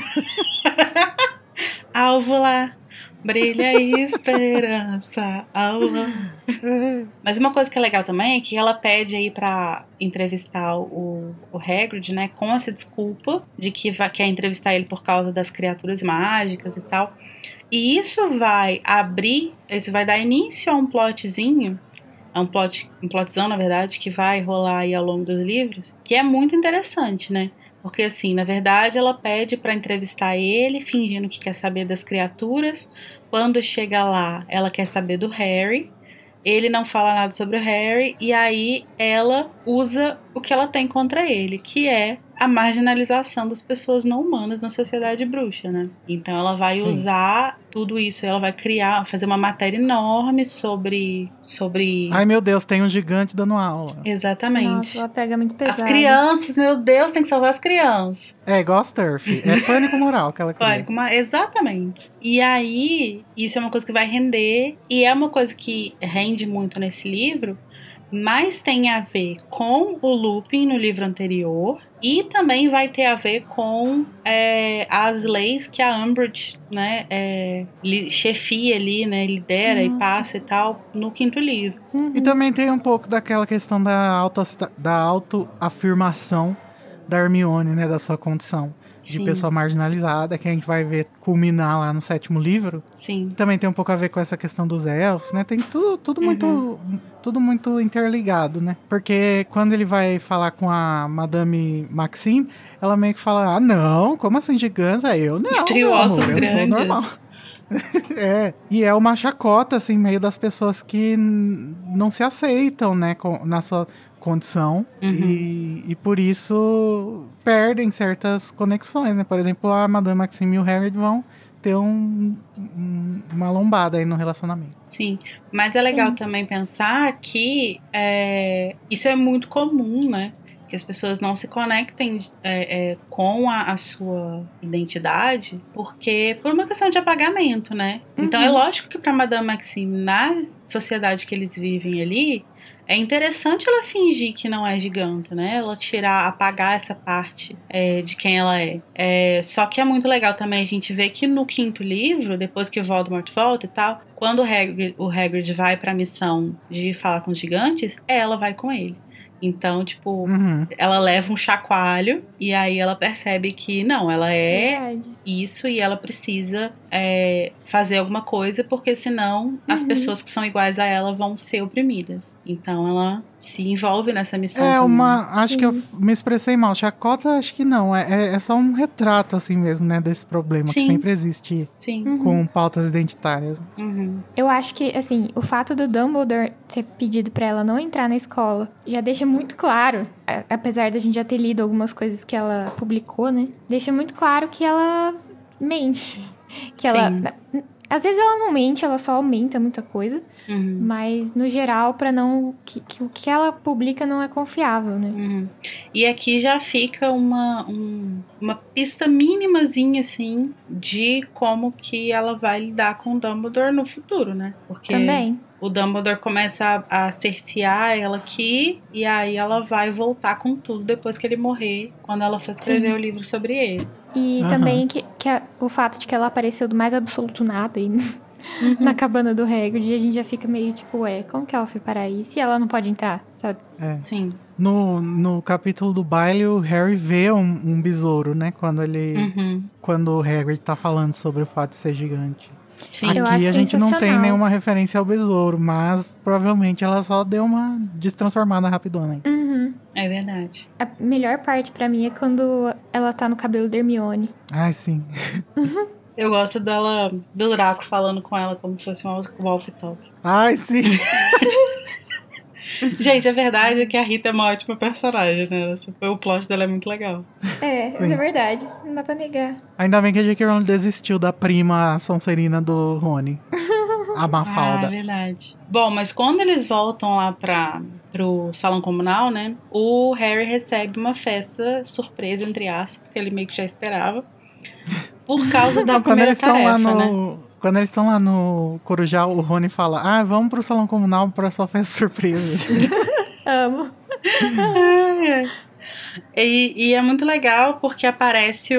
Alvo lá, brilha a esperança. Alvo. Mas uma coisa que é legal também é que ela pede aí pra entrevistar o Hagrid, né? Com essa desculpa de que quer entrevistar ele por causa das criaturas mágicas e tal. E isso vai dar início a um plotzinho. É um plotzão, na verdade, que vai rolar aí ao longo dos livros, que é muito interessante, né? Porque, assim, na verdade, ela pede pra entrevistar ele, fingindo que quer saber das criaturas. Quando chega lá, ela quer saber do Harry. Ele não fala nada sobre o Harry. E aí, ela usa o que ela tem contra ele, que é a marginalização das pessoas não humanas na sociedade bruxa, né? Então ela vai usar tudo isso, ela vai fazer uma matéria enorme sobre... Ai, meu Deus, tem um gigante dando aula. Exatamente. Nossa, ela pega muito pesado. As crianças, meu Deus, tem que salvar as crianças. É igual a Sturf, é pânico moral que ela cria. Exatamente. E aí, isso é uma coisa que vai render, e é uma coisa que rende muito nesse livro, mas tem a ver com o Lupin no livro anterior e também vai ter a ver com as leis que a Umbridge, né, chefia ali, né, lidera e passa e tal no quinto livro. E também tem um pouco daquela questão da autoafirmação da Hermione, né, da sua condição de pessoa marginalizada, que a gente vai ver culminar lá no 7º livro. Sim. Também tem um pouco a ver com essa questão dos elfos, né? Tem tudo muito interligado, né? Porque quando ele vai falar com a Madame Maxime, ela meio que fala, não, como assim gigantes? Eu não, Triosos grandes. Eu sou normal. E é uma chacota, assim, meio das pessoas que não se aceitam, né, na sua condição, e por isso perdem certas conexões, né? Por exemplo, a Madame Maxime e o Hagrid vão ter uma lombada aí no relacionamento. Sim, mas é legal também pensar que isso é muito comum, né? Que as pessoas não se conectem com a sua identidade, porque por uma questão de apagamento, né? Então é lógico que para Madame Maxime, na sociedade que eles vivem ali, é interessante ela fingir que não é giganta, né? Ela apagar essa parte de quem ela é. Só que é muito legal também a gente ver que no quinto livro, depois que o Voldemort volta e tal, quando o Hagrid vai pra missão de falar com os gigantes, ela vai com ele. Então, tipo, ela leva um chacoalho e aí ela percebe que não, ela é isso e ela precisa fazer alguma coisa, porque senão as pessoas que são iguais a ela vão ser oprimidas. Então ela se envolve nessa missão. Acho que eu me expressei mal. Chacota, acho que não. É só um retrato, assim mesmo, né, desse problema que sempre existe com pautas identitárias. Eu acho que, assim, o fato do Dumbledore ter pedido pra ela não entrar na escola já deixa muito claro, apesar da gente já ter lido algumas coisas que ela publicou, né? Deixa muito claro que ela mente. Que ela... Às vezes ela não mente, ela só aumenta muita coisa. Mas, no geral, pra não... Que o que ela publica não é confiável, né? E aqui já fica uma pista mínimazinha, assim, de como que ela vai lidar com o Dumbledore no futuro, né? Porque também. O Dumbledore começa a cercear ela aqui, e aí ela vai voltar com tudo depois que ele morrer, quando ela for escrever o livro sobre ele. E também o fato de que ela apareceu do mais absoluto nada e na cabana do Hagrid. E a gente já fica meio tipo, como que ela foi parar aí? Se ela não pode entrar, sabe? Sim. No capítulo do baile, o Harry vê um besouro, né? Quando o Hagrid tá falando sobre o fato de ser gigante. Sim. Eu Aqui acho a gente não tem sensacional. nenhuma referência ao besouro, mas provavelmente ela só deu uma destransformada rapidona. Uhum. É verdade. A melhor parte pra mim é quando ela tá no cabelo da Hermione. Ai, sim. Eu gosto do Draco falando com ela como se fosse uma walkie-talkie. Ai, sim. Gente, a verdade é que a Rita é uma ótima personagem, né? O plot dela é muito legal. Isso é verdade. Não dá pra negar. Ainda bem que a J.K. Rowling desistiu da prima Sonserina do Rony. A Mafalda. Ah, é verdade. Bom, mas quando eles voltam lá pro salão comunal, né? O Harry recebe uma festa surpresa, entre aspas, que ele meio que já esperava. Por causa da primeira tarefa, né? Quando eles estão lá no Corujal, o Rony fala: vamos pro salão comunal pra sua festa surpresa. Amo. E é muito legal porque aparece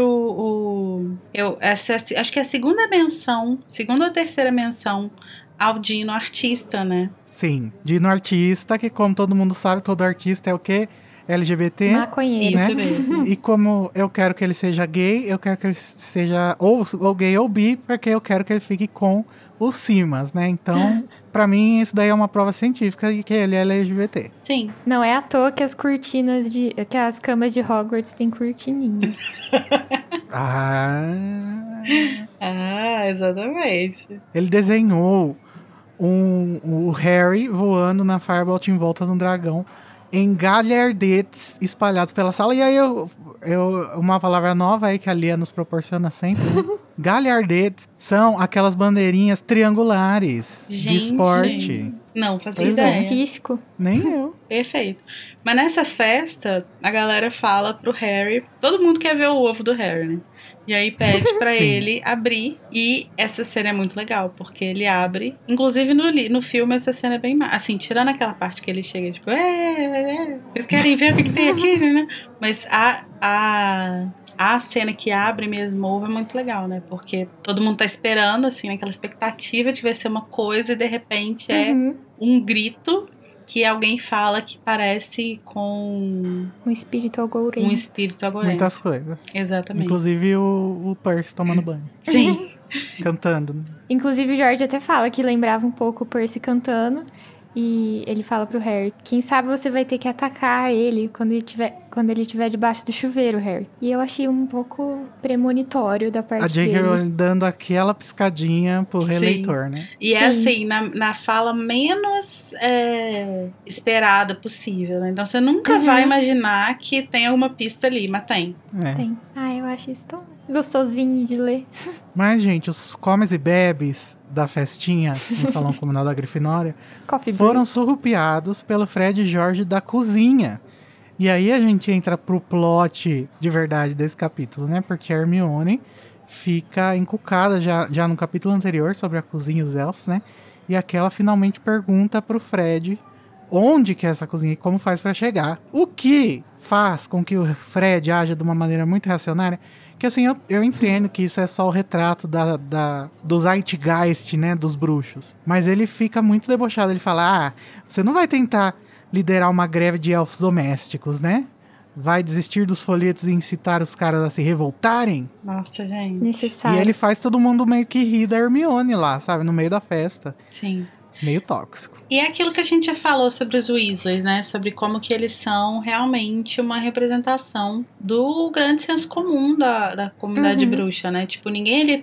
acho que é a segunda ou terceira menção ao Dino artista, né? Sim, Dino artista, que como todo mundo sabe, todo artista é o quê? LGBT. Maconheiro. Né? Isso mesmo. E como eu quero que ele seja gay, eu quero que ele seja ou gay ou bi, porque eu quero que ele fique com os Simas, né? Então, pra mim, isso daí é uma prova científica de que ele é LGBT. Sim. Não é à toa que as camas de Hogwarts têm cortininhas. Exatamente. Ele desenhou o Harry voando na Firebolt em volta de um dragão em galhardetes espalhados pela sala. E aí uma palavra nova aí que a Lia nos proporciona sempre, né? Galhardetes são aquelas bandeirinhas triangulares de esporte. Não, fazia Pois é. ideia. Específico. Nem eu. Perfeito. Mas nessa festa, a galera fala pro Harry, todo mundo quer ver o ovo do Harry, né? E aí pede pra Sim. ele abrir. E essa cena é muito legal, porque ele abre. Inclusive no filme essa cena é bem assim, tirando aquela parte que ele chega tipo, vocês querem ver o que tem aqui, né? Mas a cena que abre mesmo o ovo é muito legal, né? Porque todo mundo tá esperando, assim, naquela expectativa de ver ser uma coisa e de repente é um grito que alguém fala que parece com Um espírito algourento. um espírito agora. Muitas coisas. Exatamente. Inclusive o Percy tomando banho. Sim. Cantando. Inclusive o George até fala que lembrava um pouco o Percy cantando. E ele fala pro Harry, quem sabe você vai ter que atacar ele quando ele estiver debaixo do chuveiro, Harry. E eu achei um pouco premonitório da parte A J.K. dele. Rowling dando aquela piscadinha pro releitor, né? E é Sim. assim, na fala menos esperada possível, né? Então você nunca vai imaginar que tem alguma pista ali, mas tem. Tem. Eu acho isso tão gostosinho de ler. Mas, gente, os comes e bebes da festinha no Salão Comunal da Grifinória Coffee foram surrupiados pelo Fred e George da cozinha. E aí a gente entra pro plot de verdade desse capítulo, né? Porque a Hermione fica encucada já no capítulo anterior sobre a cozinha e os elfos, né? E aquela finalmente pergunta pro Fred onde que é essa cozinha e como faz pra chegar. O que faz com que o Fred haja de uma maneira muito reacionária. Que assim, eu entendo que isso é só o retrato do Zeitgeist, né, dos bruxos. Mas ele fica muito debochado, ele fala, você não vai tentar liderar uma greve de elfos domésticos, né? Vai desistir dos folhetos e incitar os caras a se revoltarem? Nossa, gente. necessário. E ele faz todo mundo meio que rir da Hermione lá, sabe, no meio da festa. Sim. Meio tóxico. E é aquilo que a gente já falou sobre os Weasleys, né? Sobre como que eles são realmente uma representação do grande senso comum da comunidade bruxa, né? Tipo, ninguém ali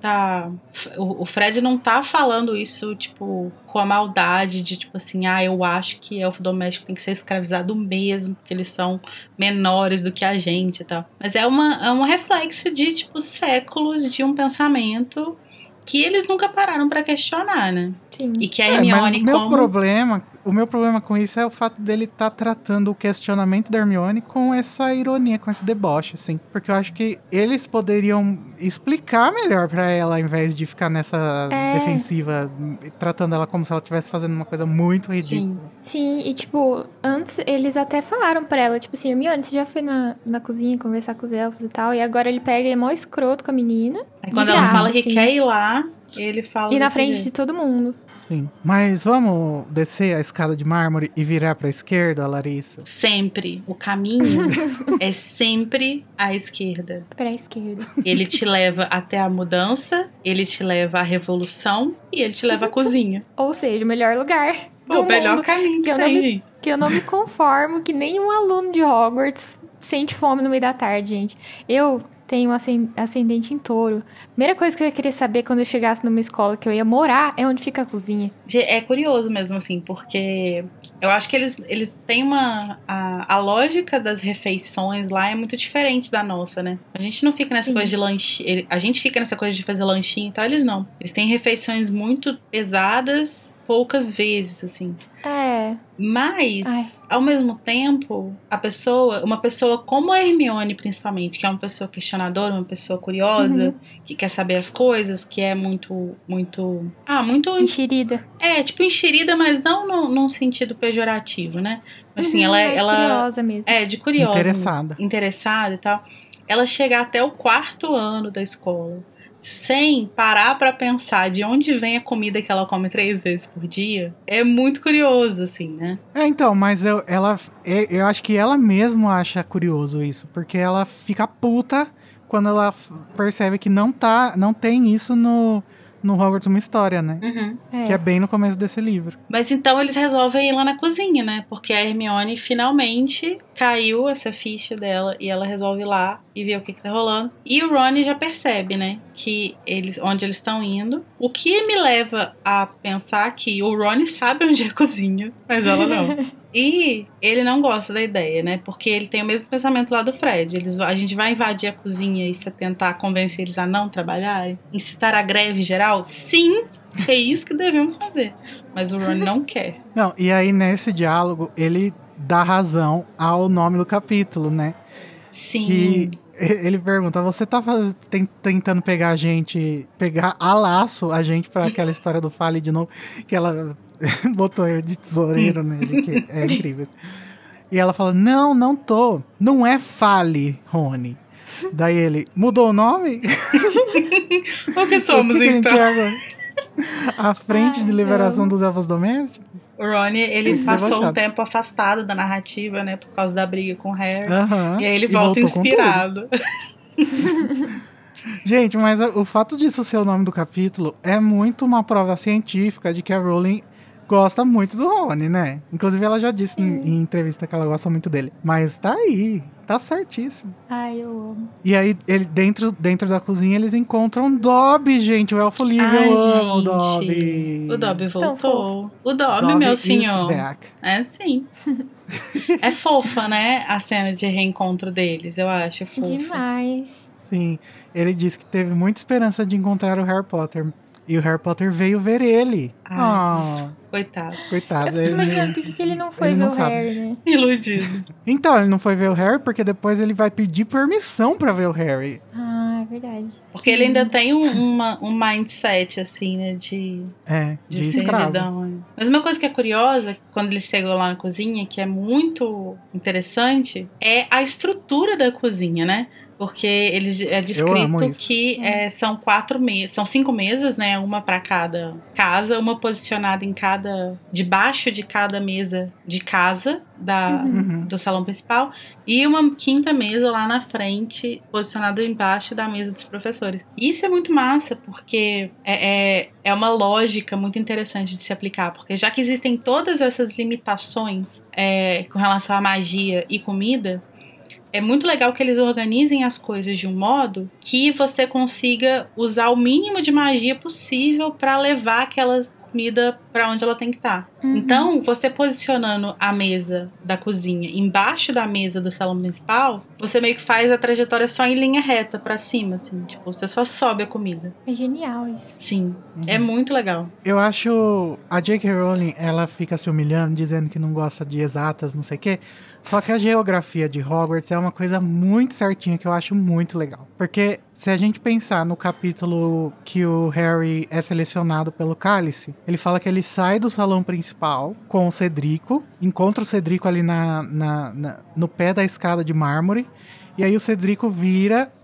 o Fred não tá falando isso, tipo, com a maldade de, tipo assim, eu acho que elfo doméstico tem que ser escravizado mesmo, porque eles são menores do que a gente e tal. Mas é um reflexo de, tipo, séculos de um pensamento que eles nunca pararam pra questionar, né? Sim. E que a Hermione mas o meu problema com isso é o fato dele estar tratando o questionamento da Hermione com essa ironia, com esse deboche, assim. Porque eu acho que eles poderiam explicar melhor pra ela, ao invés de ficar nessa defensiva, tratando ela como se ela estivesse fazendo uma coisa muito ridícula. Sim, e tipo, antes eles até falaram pra ela, tipo assim, Hermione, você já foi na cozinha conversar com os elfos e tal, e agora ele pega e é mó escroto com a menina. Aí quando ela fala que quer ir lá, Ele fala E na desse frente jeito. de todo mundo. Sim. Mas vamos descer a escada de mármore e virar pra esquerda, Larissa? Sempre. O caminho é sempre à esquerda. Pra esquerda. Ele te leva até a mudança, ele te leva à revolução e ele te leva à cozinha. Ou seja, o melhor lugar do O melhor mundo. caminho que eu não tem, me- gente. Que eu não me conformo que nenhum aluno de Hogwarts sente fome no meio da tarde, gente. Eu tenho ascendente em touro. Primeira coisa que eu ia querer saber quando eu chegasse numa escola que eu ia morar é onde fica a cozinha. É curioso mesmo, assim, porque eu acho que eles têm a lógica das refeições lá é muito diferente da nossa, né? A gente não fica nessa Sim. coisa de lanchinho. A gente fica nessa coisa de fazer lanchinho, então eles não. Eles têm refeições muito pesadas, poucas vezes, assim. É. Mas, Ai. ao mesmo tempo, uma pessoa como a Hermione, principalmente, que é uma pessoa questionadora, uma pessoa curiosa, que quer saber as coisas, que é muito Enxerida. tipo enxerida, mas não num sentido pejorativo, né? Mas assim, ela curiosa mesmo. é de curiosa, Interessada. interessada e tal. Ela chega até o 4º ano da escola sem parar pra pensar de onde vem a comida que ela come 3 vezes por dia, é muito curioso, assim, né? Então, mas eu acho que ela mesma acha curioso isso, porque ela fica puta quando ela percebe que não tem isso no Hogwarts Uma História, né? Que é bem no começo desse livro. Mas então eles resolvem ir lá na cozinha, né? Porque a Hermione finalmente caiu essa ficha dela e ela resolve ir lá e ver o que tá rolando. E o Ron já percebe, né? Que onde eles estão indo. O que me leva a pensar que o Ron sabe onde é a cozinha, mas ela não. E ele não gosta da ideia, né? Porque ele tem o mesmo pensamento lá do Fred. A gente vai invadir a cozinha e tentar convencer eles a não trabalharem? Incitar a greve geral? Sim, é isso que devemos fazer. Mas o Ron não quer. Não, e aí nesse diálogo ele dá razão ao nome do capítulo, né? Sim. Que ele pergunta, você tá tentando pegar a laço a gente pra aquela história do Fale de novo, que ela botou ele de tesoureiro, né? Que é incrível. E ela fala, não tô. Não é Fale, Rony. Daí ele, mudou o nome? O que somos, o que então? A gente é agora? A frente de liberação dos elfos domésticos? O Rony, ele Muito passou debochado. um tempo afastado da narrativa, né? Por causa da briga com o Harry. Aham. E aí ele E volta voltou com inspirado. Gente, mas o fato disso ser o nome do capítulo é muito uma prova científica de que a Rowling gosta muito do Rony, né? Inclusive ela já disse em entrevista que ela gosta muito dele. Mas tá aí, tá certíssimo. Ai, eu amo. E aí, dentro da cozinha, eles encontram Dobby, gente, o elfo livre. Eu amo o Dobby. O Dobby Tão voltou. O Dobby, Dobby meu is senhor. back. É sim. É fofa, né? A cena de reencontro deles, eu acho. É fofa. Demais. Sim, ele disse que teve muita esperança de encontrar o Harry Potter. E o Harry Potter veio ver ele. Ai. Coitado. Coitado. Eu fico imaginando por que ele não foi ele ver não o sabe. Harry, né? Iludido. Então, ele não foi ver o Harry porque depois ele vai pedir permissão pra ver o Harry. Ah, é verdade. Porque ele ainda tem um mindset, assim, né? De De escravo. servidão. Mas uma coisa que é curiosa, quando eles chegam lá na cozinha, que é muito interessante, é a estrutura da cozinha, né? Porque é Eu amo descrito isso. que são 5 mesas, né? Uma para cada casa, uma posicionada debaixo de cada mesa de casa do salão principal, e uma 5ª mesa lá na frente, posicionada embaixo da mesa dos professores. E isso é muito massa, porque é uma lógica muito interessante de se aplicar, porque já que existem todas essas limitações com relação à magia e comida, é muito legal que eles organizem as coisas de um modo que você consiga usar o mínimo de magia possível para levar aquela comida para onde ela tem que estar. Então, você posicionando a mesa da cozinha embaixo da mesa do salão principal, você meio que faz a trajetória só em linha reta para cima, assim. Tipo, você só sobe a comida. É genial isso. Sim, é muito legal. Eu acho a J.K. Rowling, ela fica se humilhando, dizendo que não gosta de exatas, não sei o quê. Só que a geografia de Hogwarts é uma coisa muito certinha que eu acho muito legal. Porque se a gente pensar no capítulo que o Harry é selecionado pelo Cálice, ele fala que ele sai do salão principal com o Cedrico, encontra o Cedrico ali no pé da escada de mármore, e aí o Cedrico vira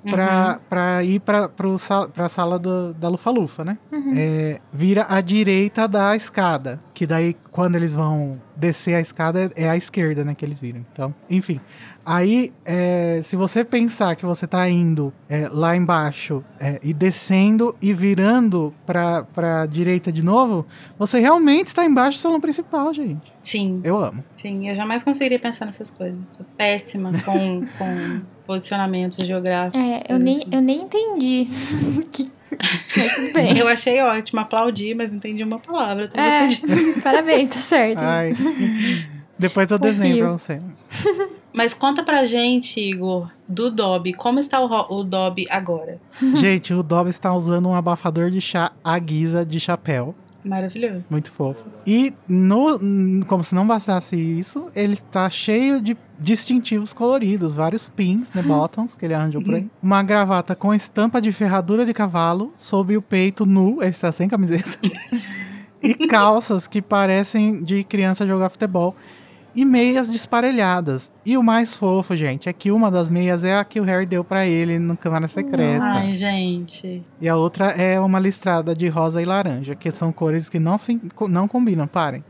pra ir pra sala da Lufa-Lufa, né? Vira à direita da escada. Que daí, quando eles vão descer a escada, é à esquerda, né? Que eles viram. Então, enfim. Aí, se você pensar que você tá indo lá embaixo e descendo e virando pra direita de novo, você realmente está embaixo do salão principal, gente. Sim. Eu amo. Sim, eu jamais conseguiria pensar nessas coisas. Sou péssima com posicionamento geográfico. Eu nem entendi. Mas tudo bem. Eu achei ótimo, aplaudi, mas não entendi uma palavra. Parabéns, tá certo. Ai. Depois eu desenho pra você. Mas conta pra gente, Igor, do Dobby. Como está o Dobby agora? Gente, o Dobby está usando um abafador de chá à guisa de chapéu. Maravilhoso. Muito fofo. E, como se não bastasse isso, ele está cheio de distintivos coloridos. Vários pins, né, buttons, que ele arranjou por aí. Uma gravata com estampa de ferradura de cavalo sobre o peito nu. Ele está sem camiseta. E calças que parecem de criança jogar futebol. E meias desparelhadas. E o mais fofo, gente, é que uma das meias é a que o Harry deu pra ele no Câmara Secreta. Ai, gente. E a outra é uma listrada de rosa e laranja, que são cores que não combinam, parem.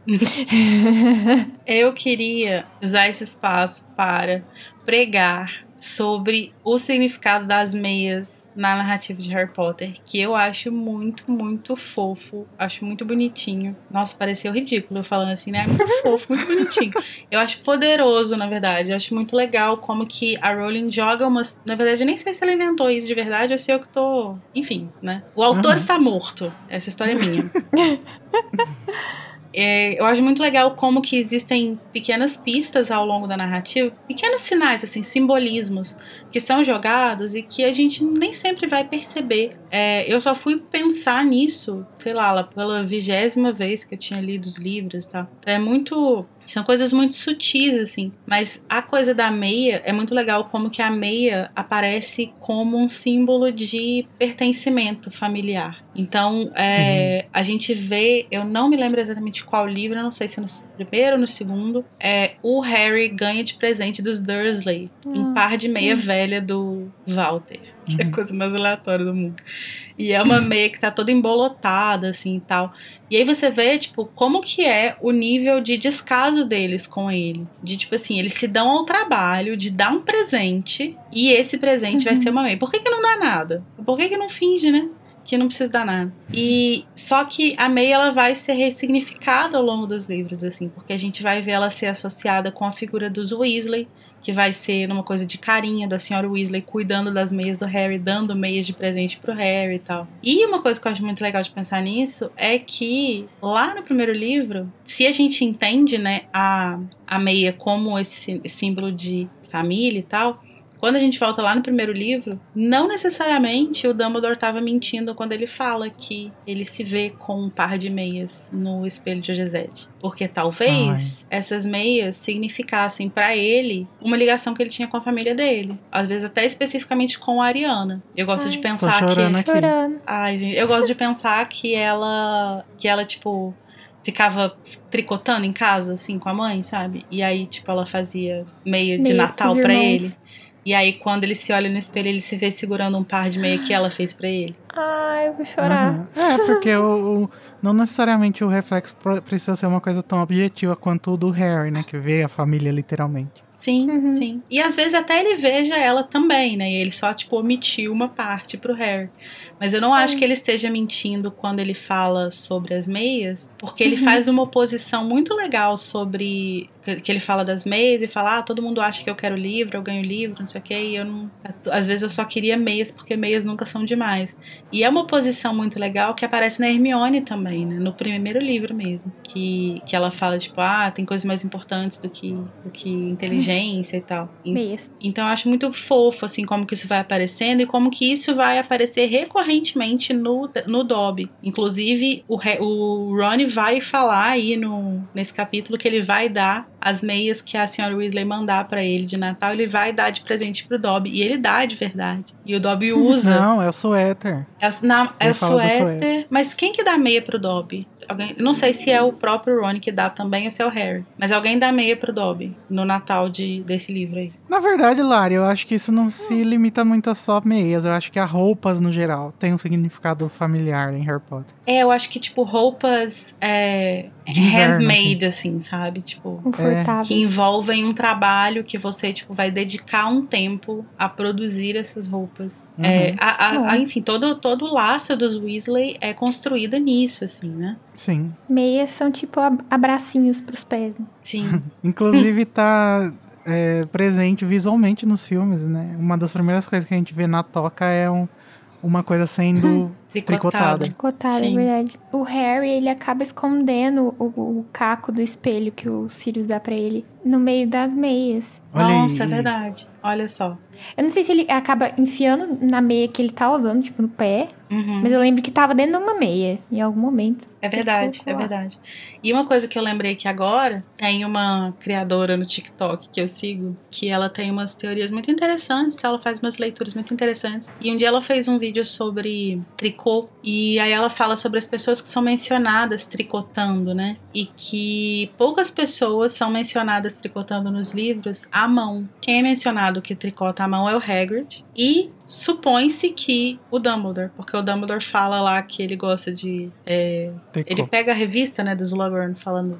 Eu queria usar esse espaço para pregar sobre o significado das meias na narrativa de Harry Potter, que eu acho muito, muito fofo, acho muito bonitinho. Nossa, pareceu ridículo eu falando assim, né? Muito fofo, muito bonitinho. Eu acho poderoso, na verdade. Eu acho muito legal como que a Rowling joga umas... Na verdade, eu nem sei se ela inventou isso de verdade, eu sei eu que tô... Enfim, né? O autor está morto. Essa história é minha. Eu acho muito legal como que existem pequenas pistas ao longo da narrativa, pequenos sinais, assim, simbolismos que são jogados e que a gente nem sempre vai perceber. Eu só fui pensar nisso, sei lá, pela 20ª vez que eu tinha lido os livros e tal. São coisas muito sutis, assim. Mas a coisa da meia é muito legal, como que a meia aparece como um símbolo de pertencimento familiar. Então, a gente vê, eu não me lembro exatamente qual livro, eu não sei se é no primeiro ou no segundo, o Harry ganha de presente dos Dursley um par de meia velha do Walter, que é a coisa mais aleatória do mundo. E é uma meia que tá toda embolotada, assim, e tal. E aí você vê, tipo, como que é o nível de descaso deles com ele. De, tipo assim, eles se dão ao trabalho de dar um presente e esse presente vai ser uma meia. Por que não dá nada? Por que não finge, né? Que não precisa dar nada. E só que a meia, ela vai ser ressignificada ao longo dos livros, assim, porque a gente vai ver ela ser associada com a figura dos Weasley, que vai ser uma coisa de carinho da senhora Weasley cuidando das meias do Harry, dando meias de presente pro Harry e tal. E uma coisa que eu acho muito legal de pensar nisso é que lá no primeiro livro, se a gente entende, né, a meia como esse símbolo de família e tal, quando a gente volta lá no primeiro livro, não necessariamente o Dumbledore estava mentindo quando ele fala que ele se vê com um par de meias no espelho de Ogezete. Porque talvez essas meias significassem para ele uma ligação que ele tinha com a família dele. Às vezes até especificamente com a Ariana. Eu gosto de pensar Ai, gente, eu gosto de pensar que ela tipo, ficava tricotando em casa, assim, com a mãe, sabe? E aí, tipo, ela fazia meia de Natal pra ele. E aí, quando ele se olha no espelho, ele se vê segurando um par de meia que ela fez pra ele. Ai, eu vou chorar. Porque não necessariamente o reflexo precisa ser uma coisa tão objetiva quanto o do Harry, né? Que vê a família literalmente. Sim, sim. E às vezes até ele veja ela também, né? E ele só, tipo, omitiu uma parte pro Harry. Mas eu não acho que ele esteja mentindo quando ele fala sobre as meias, porque ele faz uma oposição muito legal sobre... Que ele fala das meias e fala, todo mundo acha que eu quero livro, eu ganho livro, não sei o que, e eu não... Às vezes eu só queria meias, porque meias nunca são demais. E é uma oposição muito legal que aparece na Hermione também, né? No primeiro livro mesmo. Que ela fala, tipo, tem coisas mais importantes do que inteligência e tal. Meias. Então eu acho muito fofo, assim, como que isso vai aparecendo e como que isso vai aparecer recorrentemente no Dobby. Inclusive, o Ron vai falar aí nesse capítulo que ele vai dar as meias que a senhora Weasley mandar pra ele de Natal, ele vai dar de presente pro Dobby. E ele dá de verdade. E o Dobby usa. Não, é o suéter. É o suéter. Mas quem que dá meia pro Dobby? não sei se é o próprio Ron que dá também ou se é o Harry, mas alguém dá meia pro Dobby no Natal desse livro aí. Na verdade, Lari, eu acho que isso não se limita muito a só meias. Eu acho que a roupas, no geral, tem um significado familiar em Harry Potter. Eu acho que, tipo, roupas De inverno, handmade, assim, sabe? Tipo, Confortáveis. que envolvem um trabalho que você, tipo, vai dedicar um tempo a produzir essas roupas. Enfim, todo o laço dos Weasley é construído nisso, assim, né? Sim. Meias são tipo abracinhos pros pés, né? Sim. Inclusive tá presente visualmente nos filmes, né? Uma das primeiras coisas que a gente vê na toca é uma coisa sendo tricotada. Tricotada, é Sim. verdade. O Harry, ele acaba escondendo o caco do espelho que o Sirius dá pra ele no meio das meias. Olha Nossa, aí. é verdade. Olha só. Eu não sei se ele acaba enfiando na meia que ele tá usando, tipo, no pé. Uhum. Mas eu lembro que tava dentro de uma meia, em algum momento. É verdade, Ele colocou lá. verdade. E uma coisa que eu lembrei que agora, tem uma criadora no TikTok que eu sigo, que ela tem umas teorias muito interessantes, ela faz umas leituras muito interessantes. E um dia ela fez um vídeo sobre tricô, e aí ela fala sobre as pessoas que são mencionadas tricotando, né? E que poucas pessoas são mencionadas tricotando nos livros à mão. Quem é mencionado que tricota à mão é o Hagrid, e supõe-se que o Dumbledore, porque o Dumbledore fala lá que ele gosta de... Tricô. Ele pega a revista, né, do Slughorn, falando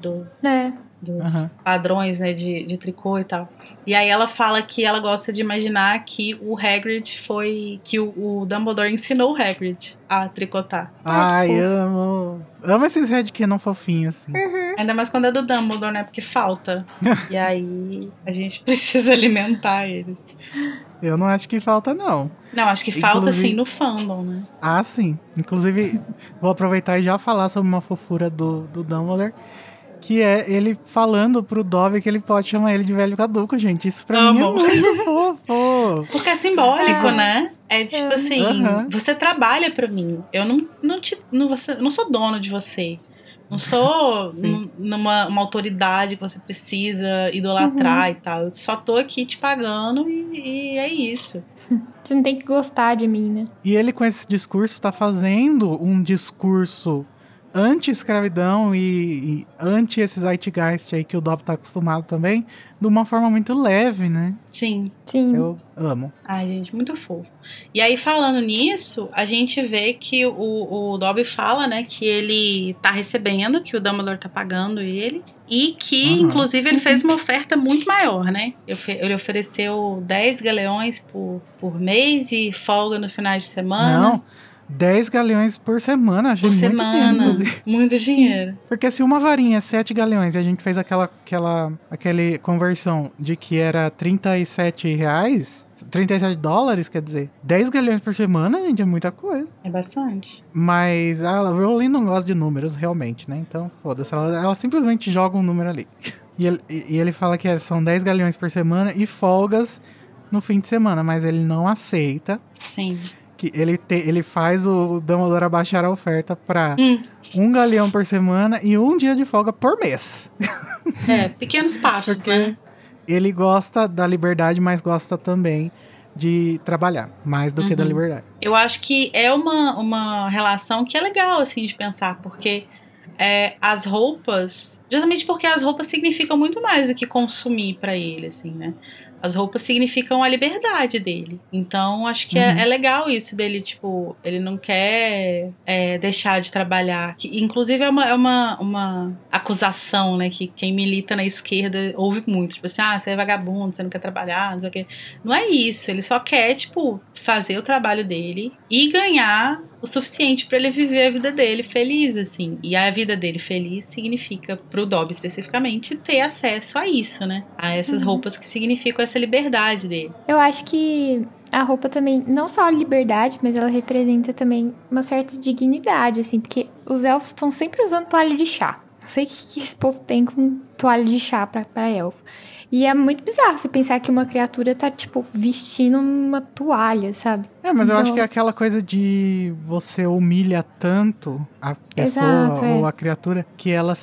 dos padrões, né, de tricô e tal. E aí ela fala que ela gosta de imaginar que o Hagrid que o Dumbledore ensinou o Hagrid a tricotar. Ai, amo. Amo esses headcanon fofinhos, assim. Ainda mais quando é do Dumbledore, né, porque falta. E aí a gente precisa alimentar eles. Eu não acho que falta, não. Não, acho que falta, Inclusive- sim, no fandom, né? Ah, sim. Inclusive, vou aproveitar e já falar sobre uma fofura do Dumbledore, que é ele falando pro Dobby que ele pode chamar ele de velho caduco, gente. Isso pra mim é Amo. muito fofo. Porque é simbólico, né? É tipo assim, Aham. você trabalha pra mim. Eu não sou dono de você. Não sou Sim. uma autoridade que você precisa idolatrar e tal. Eu só tô aqui te pagando e é isso. Você não tem que gostar de mim, né? E ele, com esse discurso, tá fazendo um discurso anti-escravidão e anti esse zeitgeist aí que o Dobby tá acostumado também, de uma forma muito leve, né? Sim. Sim. Eu amo. Ai, gente, muito fofo. E aí, falando nisso, a gente vê que o Dobby fala, né, que ele tá recebendo, que o Dumbledore tá pagando ele, e que, inclusive, ele fez uma oferta muito maior, né? Ele ofereceu 10 galeões por mês e folga no final de semana. Não, 10 galeões por semana, achei Por muito semana. dinheiro, inclusive. Muito dinheiro. Porque se uma varinha é 7 galeões e a gente fez aquela conversão de que era 37 reais, 37 dólares, quer dizer, 10 galeões por semana, gente, é muita coisa. É bastante. Mas a Rowling não gosta de números, realmente, né? Então, foda-se, ela simplesmente joga um número ali. E ele fala que são 10 galeões por semana e folgas no fim de semana, mas ele não aceita Sim. que ele faz o Dumbledore abaixar a oferta pra 1 galeão por semana e 1 dia de folga por mês. Pequenos passos, Porque né? ele gosta da liberdade, mas gosta também de trabalhar, mais do que da liberdade. Eu acho que é uma relação que é legal, assim, de pensar, porque as roupas... Justamente porque as roupas significam muito mais do que consumir pra ele, assim, né? As roupas significam a liberdade dele. Então, acho que é legal isso dele, tipo... Ele não quer deixar de trabalhar. Que, inclusive, é uma acusação, né? Que quem milita na esquerda ouve muito. Tipo assim, você é vagabundo, você não quer trabalhar, não sei o quê. Não é isso. Ele só quer, tipo, fazer o trabalho dele e ganhar o suficiente pra ele viver a vida dele feliz, assim. E a vida dele feliz significa, pro Dobby especificamente, ter acesso a isso, né? A essas roupas que significam essa liberdade dele. Eu acho que a roupa também, não só a liberdade, mas ela representa também uma certa dignidade, assim, porque os elfos estão sempre usando toalha de chá. Não sei o que esse povo tem com toalha de chá pra elfo. E é muito bizarro você pensar que uma criatura tá, tipo, vestindo uma toalha, sabe? Mas eu Então- acho que é aquela coisa de você humilha tanto a pessoa Exato, ou a criatura que ela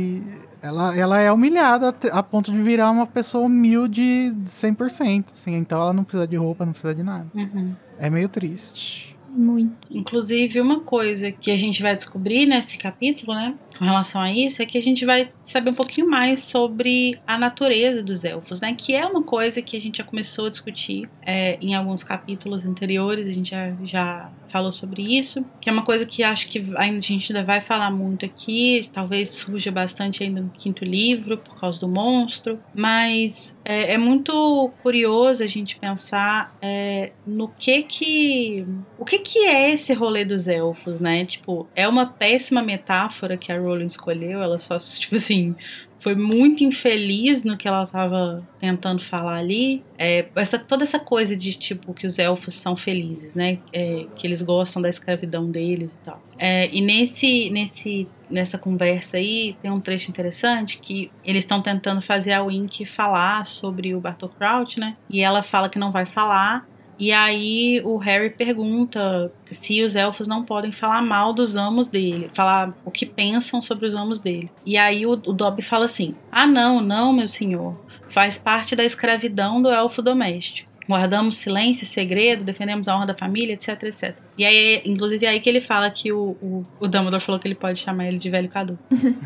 ela é humilhada a ponto de virar uma pessoa humilde 100%, assim. Então ela não precisa de roupa, não precisa de nada. É meio triste. Muito. Inclusive, uma coisa que a gente vai descobrir nesse capítulo, né? com relação a isso é que a gente vai saber um pouquinho mais sobre a natureza dos elfos, né? Que é uma coisa que a gente já começou a discutir em alguns capítulos anteriores, a gente já falou sobre isso, que é uma coisa que acho que a gente ainda vai falar muito aqui, talvez surja bastante ainda no 5º livro, por causa do monstro, mas é muito curioso a gente pensar no o que é esse rolê dos elfos, né? Tipo, é uma péssima metáfora que a Rowling escolheu, ela só, tipo assim, foi muito infeliz no que ela estava tentando falar ali. Toda essa coisa de, tipo, que os elfos são felizes, né? Que eles gostam da escravidão deles e tal. E nessa conversa aí, tem um trecho interessante que eles estão tentando fazer a Winky falar sobre o Bartol Crouch, né? E ela fala que não vai falar. E aí o Harry pergunta se os elfos não podem falar mal dos amos dele, falar o que pensam sobre os amos dele. E aí o Dobby fala assim: ah, não, meu senhor, faz parte da escravidão do elfo doméstico. Guardamos silêncio, segredo, defendemos a honra da família, etc, etc. E aí, inclusive, é aí que ele fala que o Dumbledore falou que ele pode chamar ele de velho caduco.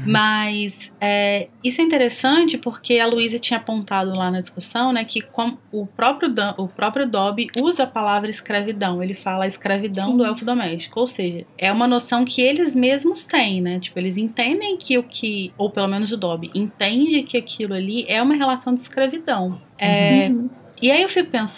Mas isso é interessante porque a Luísa tinha apontado lá na discussão, né, que o próprio Dobby usa a palavra escravidão. Ele fala a escravidão do elfo doméstico. Ou seja, é uma noção que eles mesmos têm, né? Tipo, eles entendem ou pelo menos o Dobby, entende que aquilo ali é uma relação de escravidão. E aí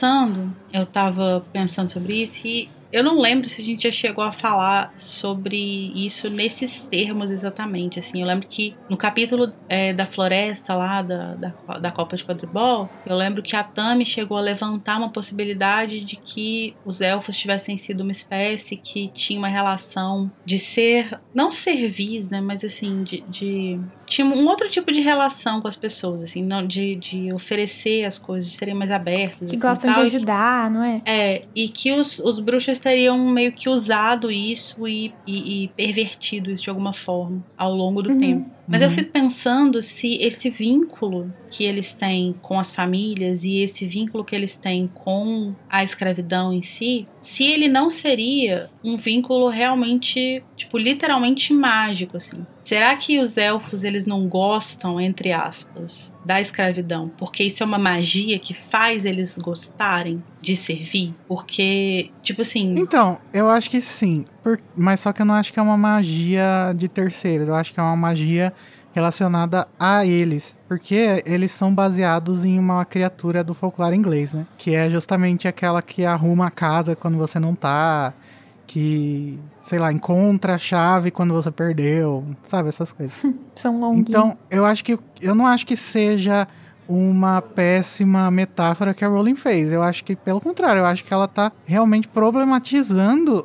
eu tava pensando sobre isso e eu não lembro se a gente já chegou a falar sobre isso nesses termos exatamente, assim. Eu lembro que no capítulo da floresta lá, da Copa de Quadribol, eu lembro que a Tami chegou a levantar uma possibilidade de que os elfos tivessem sido uma espécie que tinha uma relação de ser, não servis, né, mas assim, tinha um outro tipo de relação com as pessoas, assim, não, de oferecer as coisas, de serem mais abertos. Que assim, gostam tal, de ajudar, não é? E que os bruxos teriam meio que usado isso e pervertido isso de alguma forma ao longo do tempo. Mas eu fico pensando se esse vínculo que eles têm com as famílias e esse vínculo que eles têm com a escravidão em si, se ele não seria um vínculo realmente, tipo, literalmente mágico, assim. Será que os elfos, eles não gostam, entre aspas, da escravidão? Porque isso é uma magia que faz eles gostarem de servir? Porque, tipo assim... Então, eu acho que sim. Mas só que eu não acho que é uma magia de terceiros. Eu acho que é uma magia relacionada a eles. Porque eles são baseados em uma criatura do folclore inglês, né? Que é justamente aquela que arruma a casa quando você não tá... Que, sei lá, encontra a chave quando você perdeu, sabe? Essas coisas. São longuinhos. Então, eu não acho que seja uma péssima metáfora que a Rowling fez. Eu acho que, pelo contrário, eu acho que ela tá realmente problematizando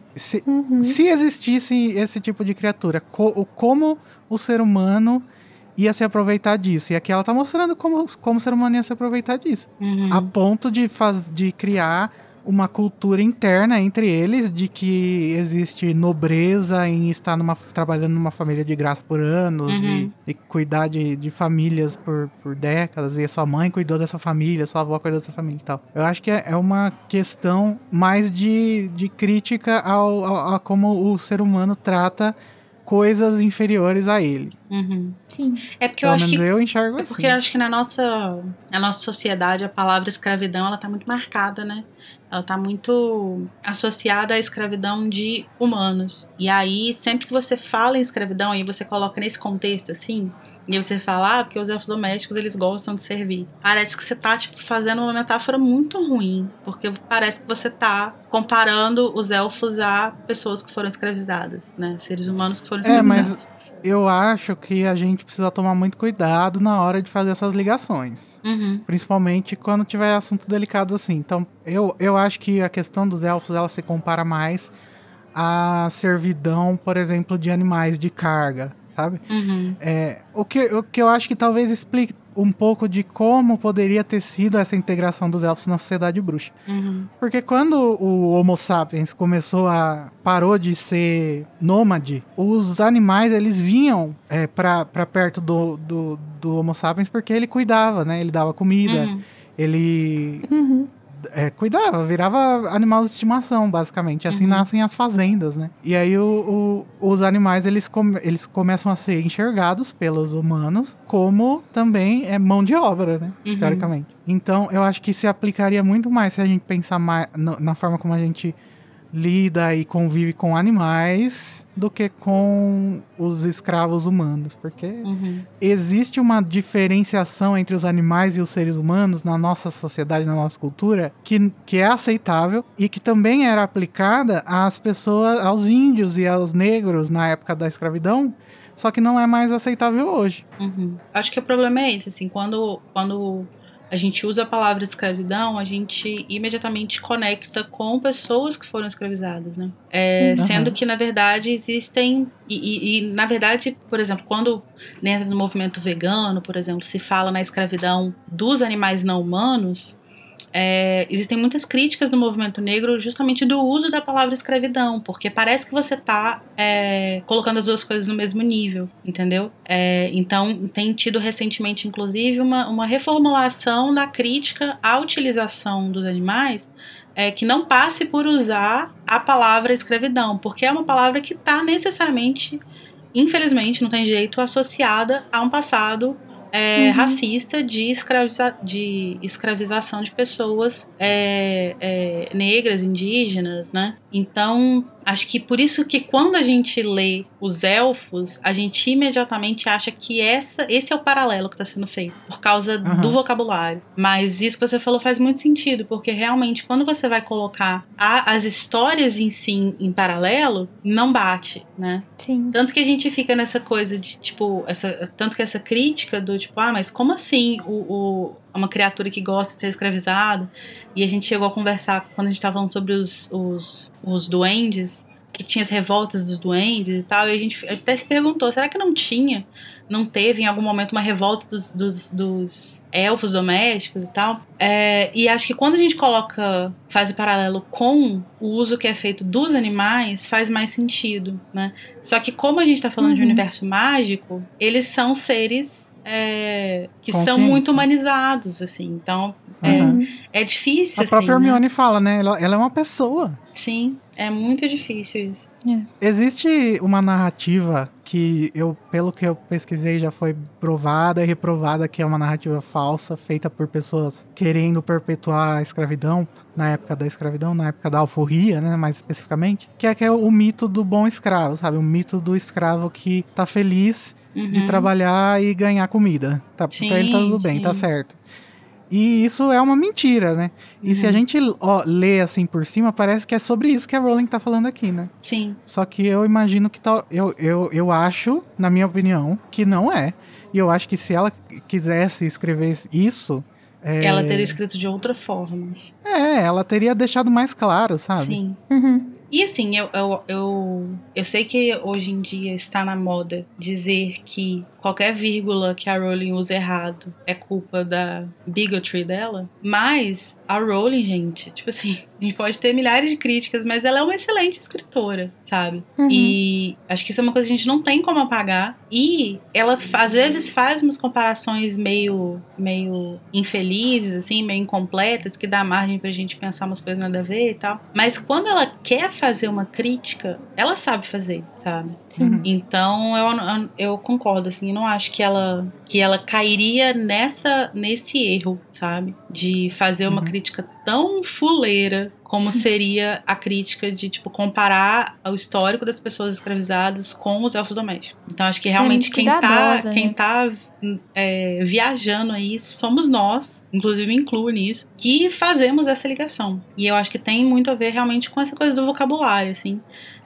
se existisse esse tipo de criatura. Como o ser humano ia se aproveitar disso. E aqui ela tá mostrando como o ser humano ia se aproveitar disso. A ponto de criar uma cultura interna entre eles de que existe nobreza em estar trabalhando numa família de graça por anos e cuidar de famílias por décadas, e a sua mãe cuidou dessa família, sua avó cuidou dessa família e tal. Eu acho que é uma questão mais de crítica a como o ser humano trata coisas inferiores a ele. Sim. É porque Pelo menos eu enxergo assim. Porque eu acho que na nossa sociedade a palavra escravidão, ela tá muito marcada, né? Ela tá muito associada à escravidão de humanos. E aí, sempre que você fala em escravidão, aí você coloca nesse contexto, assim, e você fala, porque os elfos domésticos, eles gostam de servir. Parece que você tá, tipo, fazendo uma metáfora muito ruim, porque parece que você tá comparando os elfos a pessoas que foram escravizadas, né? Seres humanos que foram escravizados. Mas eu acho que a gente precisa tomar muito cuidado na hora de fazer essas ligações. Principalmente quando tiver assunto delicado assim. Então, eu acho que a questão dos elfos, ela se compara mais à servidão, por exemplo, de animais de carga, sabe? O que eu acho que talvez explique um pouco de como poderia ter sido essa integração dos elfos na sociedade bruxa. Porque quando o Homo sapiens parou de ser nômade, os animais, eles vinham pra perto do Homo sapiens porque ele cuidava, né? Ele dava comida, ele cuidava, virava animal de estimação, basicamente. Assim nascem as fazendas, né? E aí os animais, eles começam a ser enxergados pelos humanos como também mão de obra, né? Teoricamente. Então, eu acho que se aplicaria muito mais se a gente pensar mais na forma como a gente lida e convive com animais do que com os escravos humanos, porque existe uma diferenciação entre os animais e os seres humanos na nossa sociedade, na nossa cultura, que é aceitável e que também era aplicada às pessoas, aos índios e aos negros na época da escravidão, só que não é mais aceitável hoje. Acho que o problema é esse, assim, quando a gente usa a palavra escravidão, a gente imediatamente conecta com pessoas que foram escravizadas, né? Sendo que, na verdade, existem... E, na verdade, por exemplo, quando dentro do movimento vegano, por exemplo, se fala na escravidão dos animais não humanos, existem muitas críticas no movimento negro justamente do uso da palavra escravidão, porque parece que você está colocando as duas coisas no mesmo nível, entendeu? Então, tem tido recentemente, inclusive, uma reformulação da crítica à utilização dos animais, que não passe por usar a palavra escravidão, porque é uma palavra que está necessariamente, infelizmente, não tem jeito, associada a um passado racista de escravização de pessoas negras, indígenas, né? Então, acho que por isso que quando a gente lê os elfos, a gente imediatamente acha que esse é o paralelo que está sendo feito, por causa do vocabulário. Mas isso que você falou faz muito sentido, porque realmente quando você vai colocar as histórias em si em paralelo, não bate, né? Sim. Tanto que a gente fica nessa coisa de, tipo, tanto que essa crítica do tipo, mas como assim uma criatura que gosta de ser escravizada? E a gente chegou a conversar quando a gente estava falando sobre os duendes, que tinha as revoltas dos duendes e tal, e a gente até se perguntou, será que não teve em algum momento uma revolta dos elfos domésticos e tal? E acho que quando a gente faz o paralelo com o uso que é feito dos animais, faz mais sentido, né? Só que como a gente está falando de um universo mágico, eles são seres que são muito humanizados, assim, então é difícil. A própria assim, Hermione fala, né? Ela é uma pessoa. Sim, é muito difícil isso. Existe uma narrativa que pelo que eu pesquisei, já foi provada e reprovada que é uma narrativa falsa, feita por pessoas querendo perpetuar a escravidão, na época da escravidão, na época da alforria, né, mais especificamente, que é o mito do bom escravo, sabe? O mito do escravo que tá feliz de trabalhar e ganhar comida. Pra ele tá tudo bem, tá certo. E isso é uma mentira, né? E se a gente lê assim por cima, parece que é sobre isso que a Rowling tá falando aqui, né? Sim. Só que eu imagino que eu acho, na minha opinião, que não é. E eu acho que se ela quisesse escrever isso... ela teria escrito de outra forma. Ela teria deixado mais claro, sabe? Sim. E assim, eu sei que hoje em dia está na moda dizer que qualquer vírgula que a Rowling usa errado é culpa da bigotry dela, mas a Rowling, gente, tipo assim, a gente pode ter milhares de críticas, mas ela é uma excelente escritora, sabe? E acho que isso é uma coisa que a gente não tem como apagar, e ela às vezes faz umas comparações meio infelizes, assim, meio incompletas, que dá margem pra gente pensar umas coisas nada a ver e tal, mas quando ela quer fazer uma crítica, ela sabe fazer, sabe? Sim. Então eu concordo, assim, não acho que ela cairia nesse erro, sabe? De fazer uma crítica tão fuleira como seria a crítica de, tipo, comparar o histórico das pessoas escravizadas com os elfos domésticos. Então acho que realmente quem tá viajando aí somos nós, inclusive me incluo nisso, que fazemos essa ligação. E eu acho que tem muito a ver realmente com essa coisa do vocabulário, assim.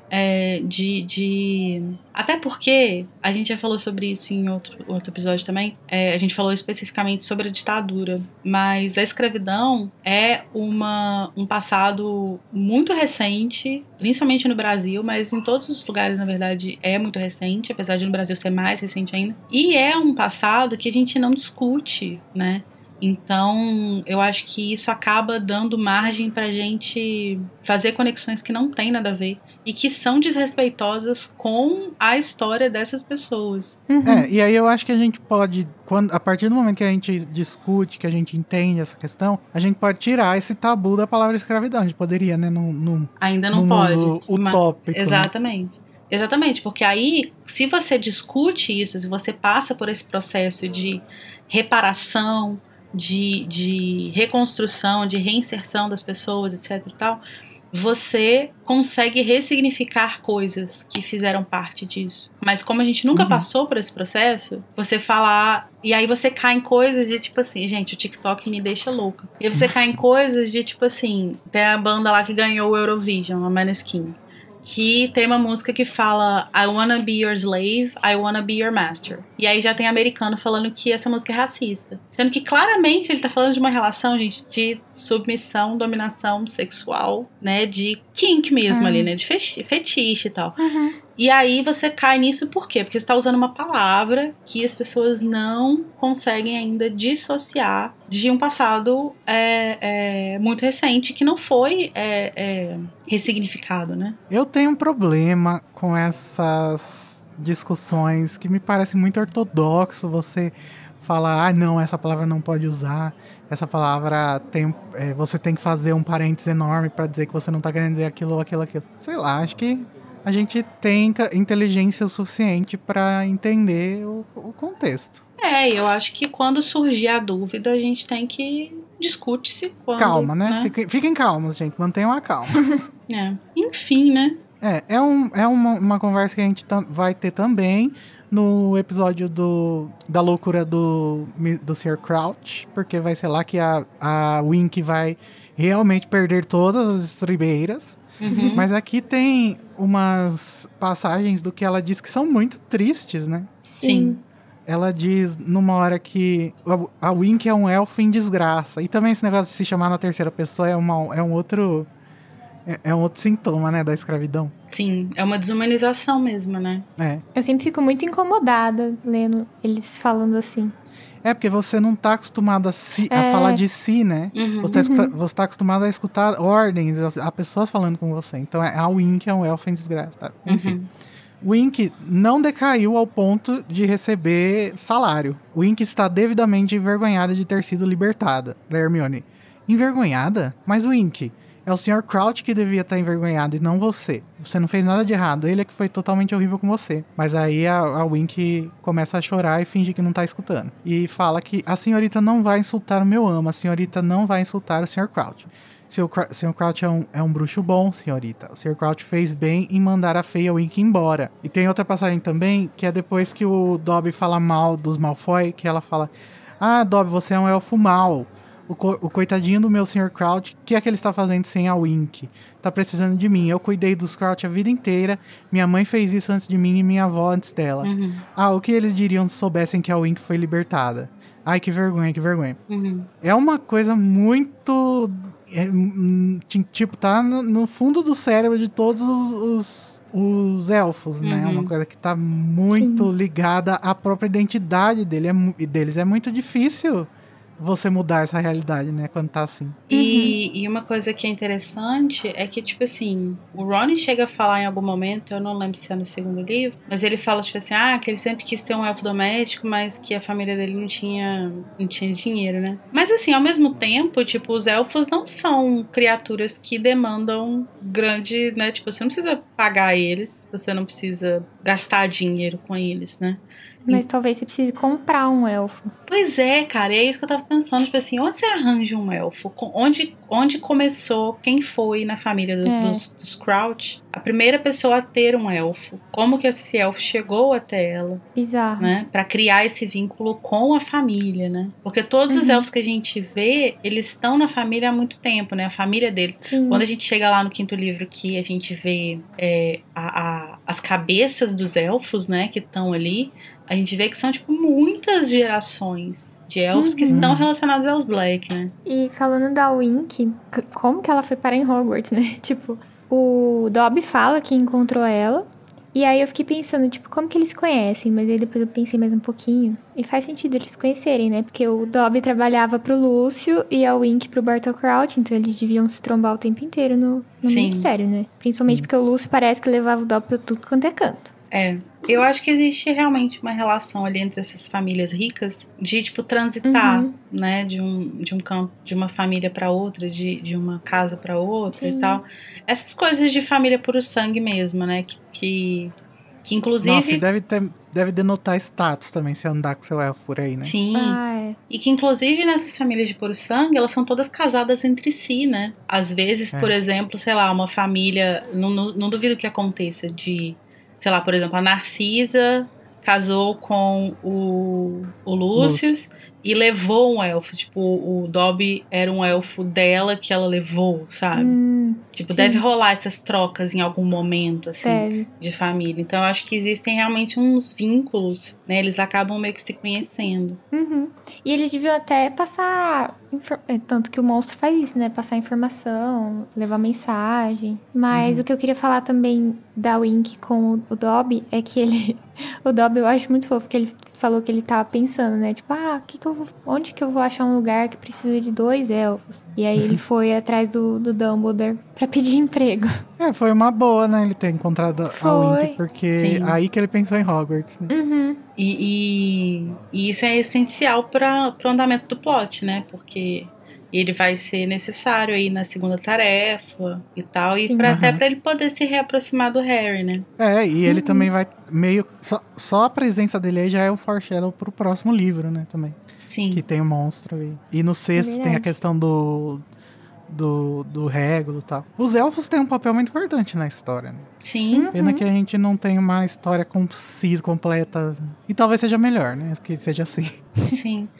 Até porque a gente já falou sobre isso em outro episódio também. A gente falou especificamente sobre a ditadura, mas a escravidão é um passado muito recente, principalmente no Brasil, mas em todos os lugares, na verdade, é muito recente, apesar de no Brasil ser mais recente ainda. E é um passado que a gente não discute, né? Então, eu acho que isso acaba dando margem pra gente fazer conexões que não tem nada a ver e que são desrespeitosas com a história dessas pessoas. E aí eu acho que a gente pode, a partir do momento que a gente discute, que a gente entende essa questão, a gente pode tirar esse tabu da palavra escravidão. A gente poderia, né, ainda não no pode. mundo utópico. Exatamente. Né? Exatamente, porque aí, se você discute isso, se você passa por esse processo de reparação, de reconstrução, de reinserção das pessoas, etc e tal, você consegue ressignificar coisas que fizeram parte disso. Mas como a gente nunca passou por esse processo, você falar... E aí você cai em coisas de tipo assim... Gente, o TikTok me deixa louca. E aí você cai em coisas de tipo assim... Tem a banda lá que ganhou o Eurovision, a Maneskin, que tem uma música que fala I wanna be your slave, I wanna be your master. E aí já tem americano falando que essa música é racista. Sendo que claramente ele tá falando de uma relação, gente, de submissão, dominação sexual, né? De kink mesmo ali, né? De fetiche e tal. E aí você cai nisso por quê? Porque você tá usando uma palavra que as pessoas não conseguem ainda dissociar de um passado muito recente que não foi ressignificado, né? Eu tenho um problema com essas discussões que me parece muito ortodoxo. Você fala, não, essa palavra não pode usar, essa palavra você tem que fazer um parênteses enorme pra dizer que você não tá querendo dizer aquilo ou aquilo. Sei lá, acho que a gente tem inteligência o suficiente pra entender o contexto. Eu acho que quando surgir a dúvida, a gente tem que discute-se. Calma, né? Fiquem calmos, gente. Mantenham a calma. Enfim, né? É uma conversa que a gente vai ter também no episódio da loucura do Sr. Crouch, porque vai ser lá que a Wink vai realmente perder todas as estribeiras. Mas aqui tem umas passagens do que ela diz que são muito tristes, né? Sim. Ela diz numa hora que a Wink é um elfo em desgraça. E também esse negócio de se chamar na terceira pessoa é um outro sintoma, né, da escravidão. Sim, é uma desumanização mesmo, né? Eu sempre fico muito incomodada lendo eles falando assim. Porque você não tá acostumado a falar de si, né? Você tá acostumado a escutar ordens, a pessoas falando com você. Então a Wink é um elfo em desgraça, tá? Enfim. Wink não decaiu ao ponto de receber salário. Wink está devidamente envergonhada de ter sido libertada da Hermione. Envergonhada? Mas Wink, é o Sr. Crouch que devia estar envergonhado e não você. Você não fez nada de errado, ele é que foi totalmente horrível com você. Mas aí a Wink começa a chorar e finge que não tá escutando. E fala que a senhorita não vai insultar o meu amo, a senhorita não vai insultar o Sr. Crouch. O Sr. Crouch é um bruxo bom, senhorita. O Sr. Crouch fez bem em mandar a feia Wink embora. E tem outra passagem também, que é depois que o Dobby fala mal dos Malfoy, que ela fala: Dobby, você é um elfo mau. O coitadinho do meu Sr. Crouch, o que é que ele está fazendo sem a Wink? Tá precisando de mim. Eu cuidei dos Crouch a vida inteira. Minha mãe fez isso antes de mim e minha avó antes dela. O que eles diriam se soubessem que a Wink foi libertada? Ai, que vergonha, que vergonha. É uma coisa muito... tipo, tá no fundo do cérebro de todos os elfos, né? Uma coisa que tá muito ligada à própria identidade deles. É muito difícil você mudar essa realidade, né, quando tá assim. E uma coisa que é interessante é que, tipo assim, o Ron chega a falar em algum momento, eu não lembro se é no segundo livro, mas ele fala, tipo assim, que ele sempre quis ter um elfo doméstico, mas que a família dele não tinha dinheiro, né? Mas assim, ao mesmo tempo, tipo, os elfos não são criaturas que demandam grande, né? Tipo, você não precisa pagar eles, você não precisa gastar dinheiro com eles, né? Mas talvez você precise comprar um elfo. Pois é, cara, é isso que eu tava pensando. Tipo assim, onde você arranja um elfo? Onde começou? Quem foi na família dos Crouch? A primeira pessoa a ter um elfo. Como que esse elfo chegou até ela? Bizarro. Né? Pra criar esse vínculo com a família, né? Porque todos os elfos que a gente vê, eles estão na família há muito tempo, né? A família deles. Sim. Quando a gente chega lá no quinto livro, que a gente vê as cabeças dos elfos, né? Que estão ali, a gente vê que são, tipo, muitas gerações de elfos que estão relacionados aos Black, né? E falando da Wink, como que ela foi parar em Hogwarts, né? Tipo, o Dobby fala que encontrou ela E aí eu fiquei pensando, tipo, como que eles se conhecem? Mas aí depois eu pensei mais um pouquinho. E faz sentido eles se conhecerem, né? Porque o Dobby trabalhava pro Lúcio e a Wink pro Bartol Crouch, então eles deviam se trombar o tempo inteiro no Sim. ministério, né? Principalmente porque o Lúcio parece que levava o Dobby pra tudo quanto é canto. Eu acho que existe realmente uma relação ali entre essas famílias ricas de, tipo, transitar, né, de um campo, de uma família pra outra, de uma casa pra outra. Sim. E tal. Essas coisas de família puro sangue mesmo, né, que inclusive... Nossa, e deve denotar status também, se andar com seu elfo por aí, né? Sim. E que inclusive nessas famílias de puro sangue, elas são todas casadas entre si, né? Às vezes, por exemplo, sei lá, uma família, não duvido que aconteça de... Sei lá, por exemplo, a Narcisa casou com o Lúcius e levou um elfo. Tipo, o Dobby era um elfo dela que ela levou, sabe? Tipo, deve rolar essas trocas em algum momento, assim, de família. Então, eu acho que existem realmente uns vínculos, né? Eles acabam meio que se conhecendo. E eles deviam até passar... Tanto que o monstro faz isso, né? Passar informação, levar mensagem. Mas o que eu queria falar também da Wink com o Dobby é que ele... O Dobby eu acho muito fofo, que ele falou que ele tava pensando, né? Tipo, onde que eu vou achar um lugar que precisa de 2 elfos? E aí ele foi atrás do Dumbledore pra pedir emprego. Foi uma boa, né? Ele ter encontrado a Wink, porque aí que ele pensou em Hogwarts, né? E isso é essencial para o andamento do plot, né? Porque ele vai ser necessário aí na segunda tarefa e tal, e até para ele poder se reaproximar do Harry, né? E ele também vai meio... Só a presença dele aí já é o foreshadow pro próximo livro, né? Também. Sim. Que tem o monstro aí. E no sexto tem a questão do Régulo e tal. Os elfos têm um papel muito importante na história, né? Sim. Pena que a gente não tem uma história concisa, completa. E talvez seja melhor, né? Que seja assim. Sim.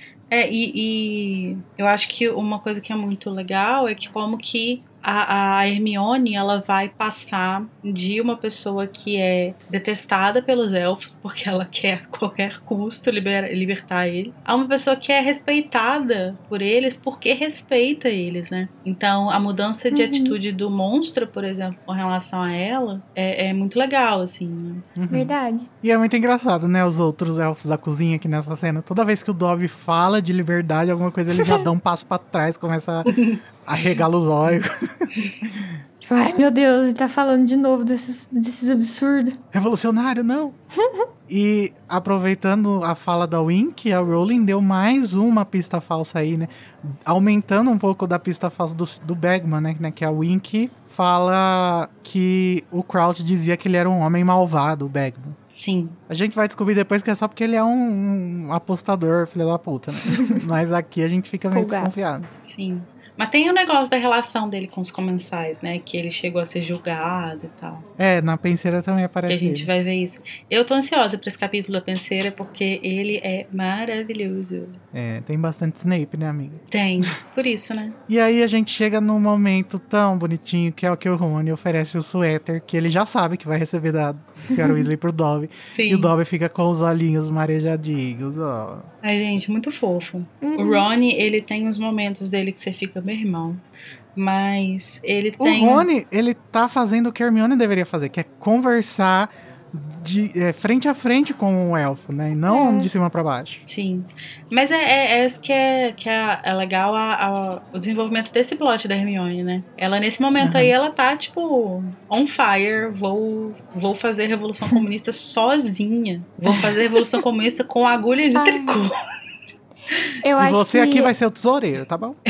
E eu acho que uma coisa que é muito legal é que como que a Hermione, ela vai passar de uma pessoa que é detestada pelos elfos, porque ela quer a qualquer custo libertar ele, a uma pessoa que é respeitada por eles, porque respeita eles, né? Então, a mudança de atitude do monstro, por exemplo, com relação a ela, é muito legal, assim, né? Verdade. E é muito engraçado, né? Os outros elfos da cozinha aqui nessa cena. Toda vez que o Dobby fala de liberdade, alguma coisa, ele já dá um passo pra trás, começa a regala os olhos. Tipo, ai meu Deus, ele tá falando de novo desses absurdos. Revolucionário, não! E aproveitando a fala da Wink, a Rowling deu mais uma pista falsa aí, né? Aumentando um pouco da pista falsa do Bagman, né? Que a Wink fala que o Crouch dizia que ele era um homem malvado, o Bagman. Sim. A gente vai descobrir depois que é só porque ele é um apostador, filho da puta, né? Mas aqui a gente fica meio desconfiado. Sim. Mas tem o negócio da relação dele com os comensais, né? Que ele chegou a ser julgado e tal. Na Penseira também aparece que a gente vai ver isso. Eu tô ansiosa pra esse capítulo da Penseira, porque ele é maravilhoso. Tem bastante Snape, né, amiga? Tem, por isso, né? E aí a gente chega num momento tão bonitinho, que é o que o Rony oferece o suéter, que ele já sabe que vai receber da Sra. Weasley pro Dobby. Sim. E o Dobby fica com os olhinhos marejadinhos, ó. Ai, gente, muito fofo. O Rony, ele tem uns momentos dele que você fica, meu irmão. Mas ele tem... O Rony, ele tá fazendo o que a Hermione deveria fazer, que é conversar frente a frente com o elfo, né? E não de cima pra baixo. Sim. Mas que é legal o desenvolvimento desse plot da Hermione, né? Ela, nesse momento aí, ela tá, tipo, on fire. Vou fazer a Revolução Comunista sozinha. Vou fazer a Revolução Comunista com agulha de tricô. E você aqui vai ser o tesoureiro, tá bom?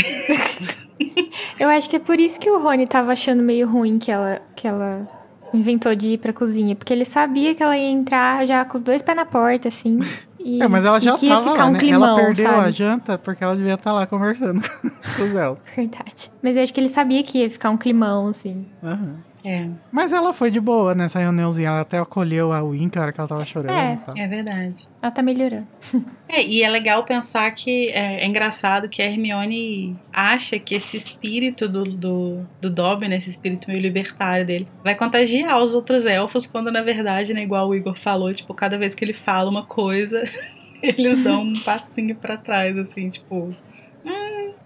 Eu acho que é por isso que o Rony tava achando meio ruim que ela inventou de ir pra cozinha. Porque ele sabia que ela ia entrar já com os 2 pés na porta, assim. Mas ela já tava lá, né? Climão, ela perdeu sabe? a janta porque ela devia estar lá conversando com os elfos. Verdade. Mas eu acho que ele sabia que ia ficar um climão, assim. Mas ela foi de boa nessa reuniãozinha. Ela até acolheu a Wink na hora que ela tava chorando e tal. É verdade. Ela tá melhorando. E é legal pensar que é engraçado que a Hermione acha que esse espírito do Dobby, né, esse espírito meio libertário dele, vai contagiar os outros elfos, quando na verdade, né, igual o Igor falou, tipo, cada vez que ele fala uma coisa, eles dão um passinho pra trás, assim, tipo...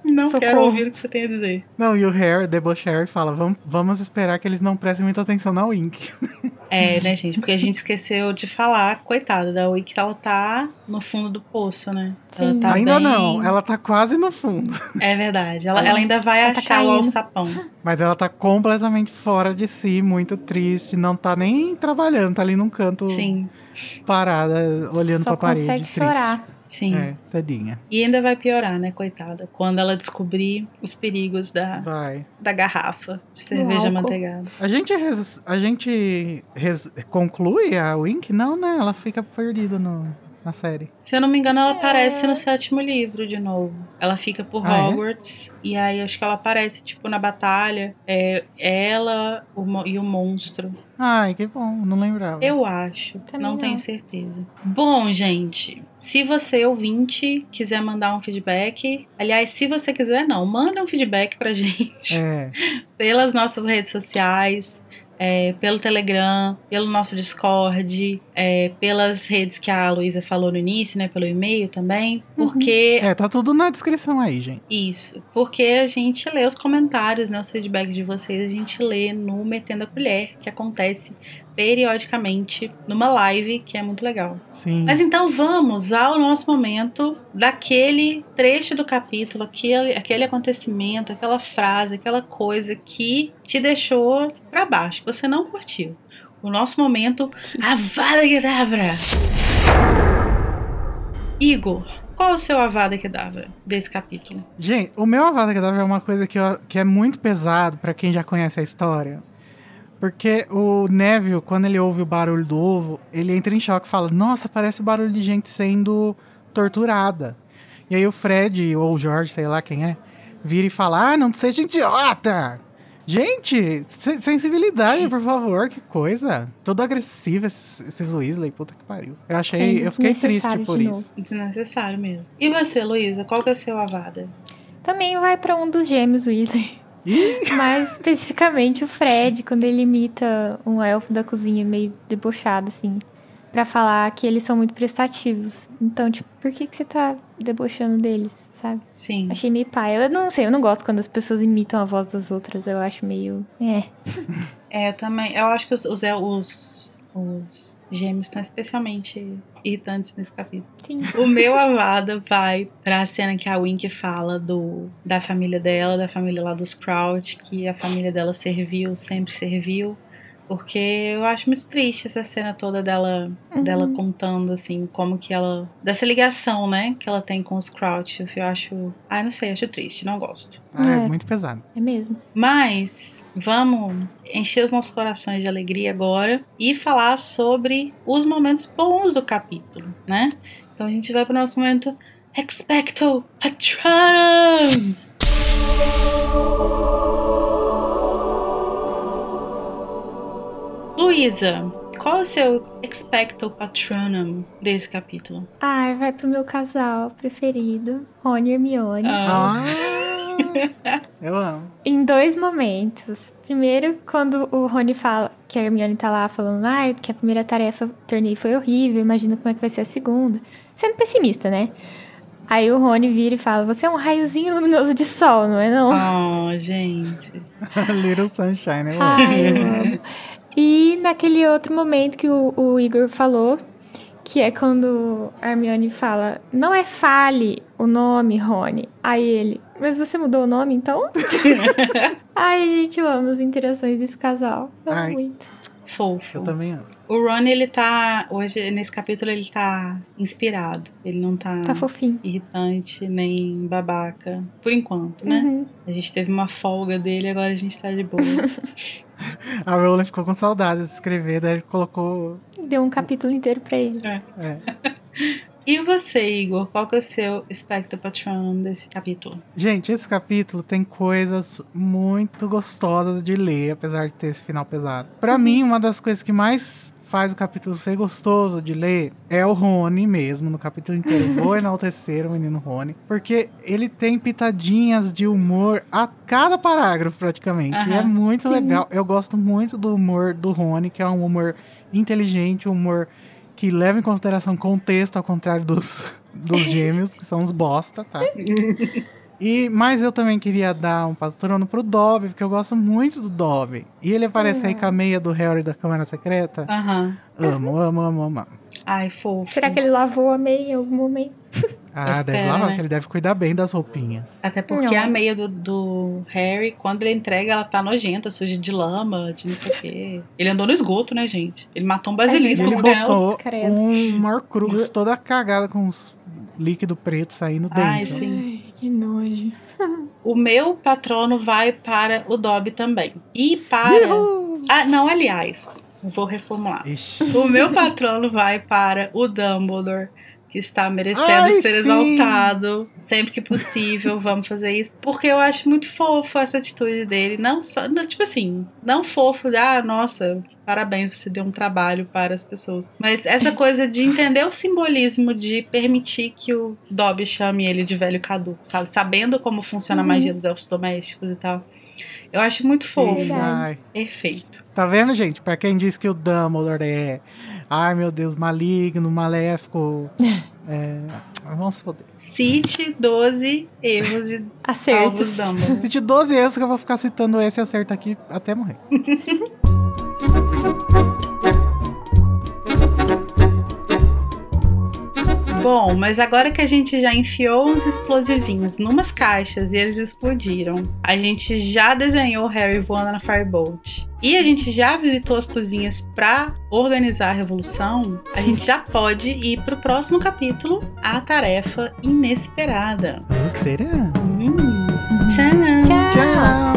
Não Socorro. quero ouvir o que você tem a dizer. Não, e o Harry, debochado, fala, vamos esperar que eles não prestem muita atenção na Wink. É, né, gente? Porque a gente esqueceu de falar, coitada da Wink, ela tá no fundo do poço, né? Ela Sim. tá Ainda bem- não, ela tá quase no fundo. É verdade. Ela ainda vai Ela tá achar o caindo. alçapão. Mas ela tá completamente fora de si, muito triste, não tá nem trabalhando, tá ali num canto Sim, parada, olhando Só pra parede, consegue triste. chorar. sim. É, tadinha. E ainda vai piorar, né, coitada? Quando ela descobrir os perigos Vai. da garrafa de cerveja álcool. manteigada. A gente conclui a Wink? Não, né? Ela fica perdida na série. Se eu não me engano, ela aparece no 7º livro de novo. Ela fica por Ah, é? Hogwarts. E aí acho que ela aparece, tipo, na batalha. É ela e o monstro. Ai, que bom, não lembrava. Eu acho. Também Não tenho não. certeza. Bom, gente. Se você, ouvinte, quiser mandar um feedback. Aliás, se você quiser, não. Manda um feedback pra gente. É, Pelas nossas redes sociais. Pelo Telegram, pelo nosso Discord, pelas redes que a Luísa falou no início, né? Pelo e-mail também. Porque tá tudo na descrição aí, gente. isso. Porque a gente lê os comentários, né? Os feedbacks de vocês, a gente lê no Metendo a Colher, que acontece periodicamente numa live, que é muito legal. Sim. Mas então vamos ao nosso momento daquele trecho do capítulo, aquele acontecimento, aquela frase, aquela coisa que te deixou pra baixo, que você não curtiu. O nosso momento, Avada Kedavra! Igor, qual é o seu Avada Kedavra desse capítulo? Gente, o meu Avada Kedavra é uma coisa que é muito pesado pra quem já conhece a história. Porque o Neville, quando ele ouve o barulho do ovo, ele entra em choque e fala, nossa, parece barulho de gente sendo torturada. E aí o Fred, ou o George, sei lá quem é, vira e fala, não seja idiota! Gente, sensibilidade, por favor, que coisa. Todo agressivo esses Weasley, puta que pariu. Eu fiquei triste desnecessário por de isso. novo. Desnecessário mesmo. E você, Luísa, qual que é o seu Avada? Também vai pra um dos gêmeos Weasley. Ih, Mais especificamente o Fred, quando ele imita um elfo da cozinha meio debochado, assim. Pra falar que eles são muito prestativos. Então, tipo, por que você tá debochando deles, sabe? Sim. Achei meio pai. Eu não sei, eu não gosto quando as pessoas imitam a voz das outras. Eu acho meio... Eu também. Eu acho que os gêmeos estão especialmente irritantes nesse capítulo. Sim. O meu Avada vai pra cena que a Wink fala da família dela, da família lá dos Crouch, que a família dela sempre serviu. Porque eu acho muito triste essa cena toda dela contando, assim, como que ela... Dessa ligação, né, que ela tem com os Crouch. Eu acho... não sei, acho triste, não gosto. é É. muito pesado. É mesmo. Mas vamos encher os nossos corações de alegria agora e falar sobre os momentos bons do capítulo, né? Então a gente vai pro nosso momento Expecto Patronum! Luísa, qual é o seu Expecto Patronum desse capítulo? Vai pro meu casal preferido, Rony e Hermione. Eu amo. Em 2 momentos. Primeiro, quando o Rony fala que a Hermione tá lá falando que a primeira tarefa do torneio foi horrível, imagina como é que vai ser a segunda. Sendo pessimista, né? Aí o Rony vira e fala, você é um raiozinho luminoso de sol, não é não? Oh, gente. Little Sunshine, eu amo. Ai, eu amo. E naquele outro momento que o Igor falou, que é quando a Hermione fala, não é Fale o nome, Rony. Aí ele, mas você mudou o nome, então? Ai, gente, eu amo as interações desse casal. Eu amo muito. Fofo. Eu também amo. O Ron, ele tá... Hoje, nesse capítulo, ele tá inspirado. Ele não tá... Tá fofinho. irritante, nem babaca. Por enquanto, né? Uhum. A gente teve uma folga dele, agora a gente tá de boa. A Rowling ficou com saudade de escrever, daí ele colocou... Deu um capítulo inteiro pra ele. É. E você, Igor? Qual que é o seu Expecto Patronum desse capítulo? Gente, esse capítulo tem coisas muito gostosas de ler, apesar de ter esse final pesado. Pra mim, uma das coisas que mais faz o capítulo ser gostoso de ler é o Rony mesmo, no capítulo inteiro. Vou enaltecer o menino Rony, porque ele tem pitadinhas de humor a cada parágrafo, praticamente. E é muito legal. Eu gosto muito do humor do Rony, que é um humor inteligente, um humor que leva em consideração contexto, ao contrário dos gêmeos, que são uns bosta, tá? Mas eu também queria dar um patrono pro Dobby, porque eu gosto muito do Dobby. E ele aparece aí com a meia do Harry da Câmara Secreta. Aham. Amo. Ai, fofo. Será que ele lavou a meia em algum momento? Deve lavar, porque ele deve cuidar bem das roupinhas. Até porque a meia do Harry, quando ele entrega, ela tá nojenta, suja de lama, de não sei o quê. Ele andou no esgoto, né, gente? Ele matou um basilisco Ele com ela. botou um Horcrux toda cagada com uns líquido preto saindo dentro. Ai, sim. Ai, que nojo. O meu patrono vai para o Dobby também. E para... não, aliás, vou reformular. Ixi. O meu patrono vai para o Dumbledore, que está merecendo ser exaltado sempre que possível. Vamos fazer isso. Porque eu acho muito fofo essa atitude dele. Não só, tipo assim, não fofo de, nossa, parabéns, você deu um trabalho para as pessoas. Mas essa coisa de entender o simbolismo de permitir que o Dobby chame ele de velho caduco, sabe? Sabendo como funciona a magia dos elfos domésticos e tal. Eu acho muito fofo. Perfeito. Tá vendo, gente? Pra quem diz que o Dumbledore é... Ai, meu Deus, maligno, maléfico... vamos se foder. Cite 12 erros de acertos. Dumbledore. Cite 12 erros que eu vou ficar citando esse acerto aqui até morrer. Bom, mas agora que a gente já enfiou uns explosivinhos numas caixas e eles explodiram, a gente já desenhou o Harry voando na Firebolt e a gente já visitou as cozinhas pra organizar a revolução, a gente já pode ir pro próximo capítulo, a tarefa inesperada. O que será? Tchau. Tchau.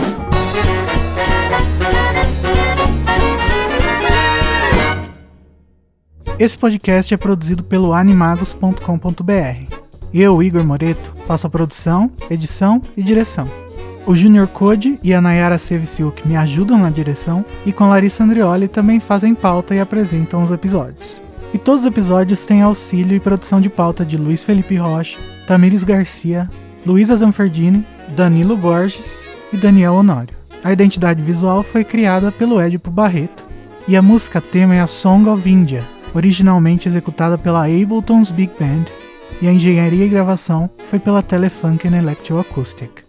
Esse podcast é produzido pelo animagos.com.br. Eu, Igor Moreto, faço a produção, edição e direção. O Junior Code e a Nayara Sevciuk me ajudam na direção e com Larissa Andrioli também fazem pauta e apresentam os episódios. E todos os episódios têm auxílio e produção de pauta de Luiz Felipe Rocha, Tamires Garcia, Luísa Zanferdini, Danilo Borges e Daniel Honório. A identidade visual foi criada pelo Édipo Barreto e a música tema é a Song of India, originalmente executada pela Ableton's Big Band, e a engenharia e gravação foi pela Telefunken Electroacoustic.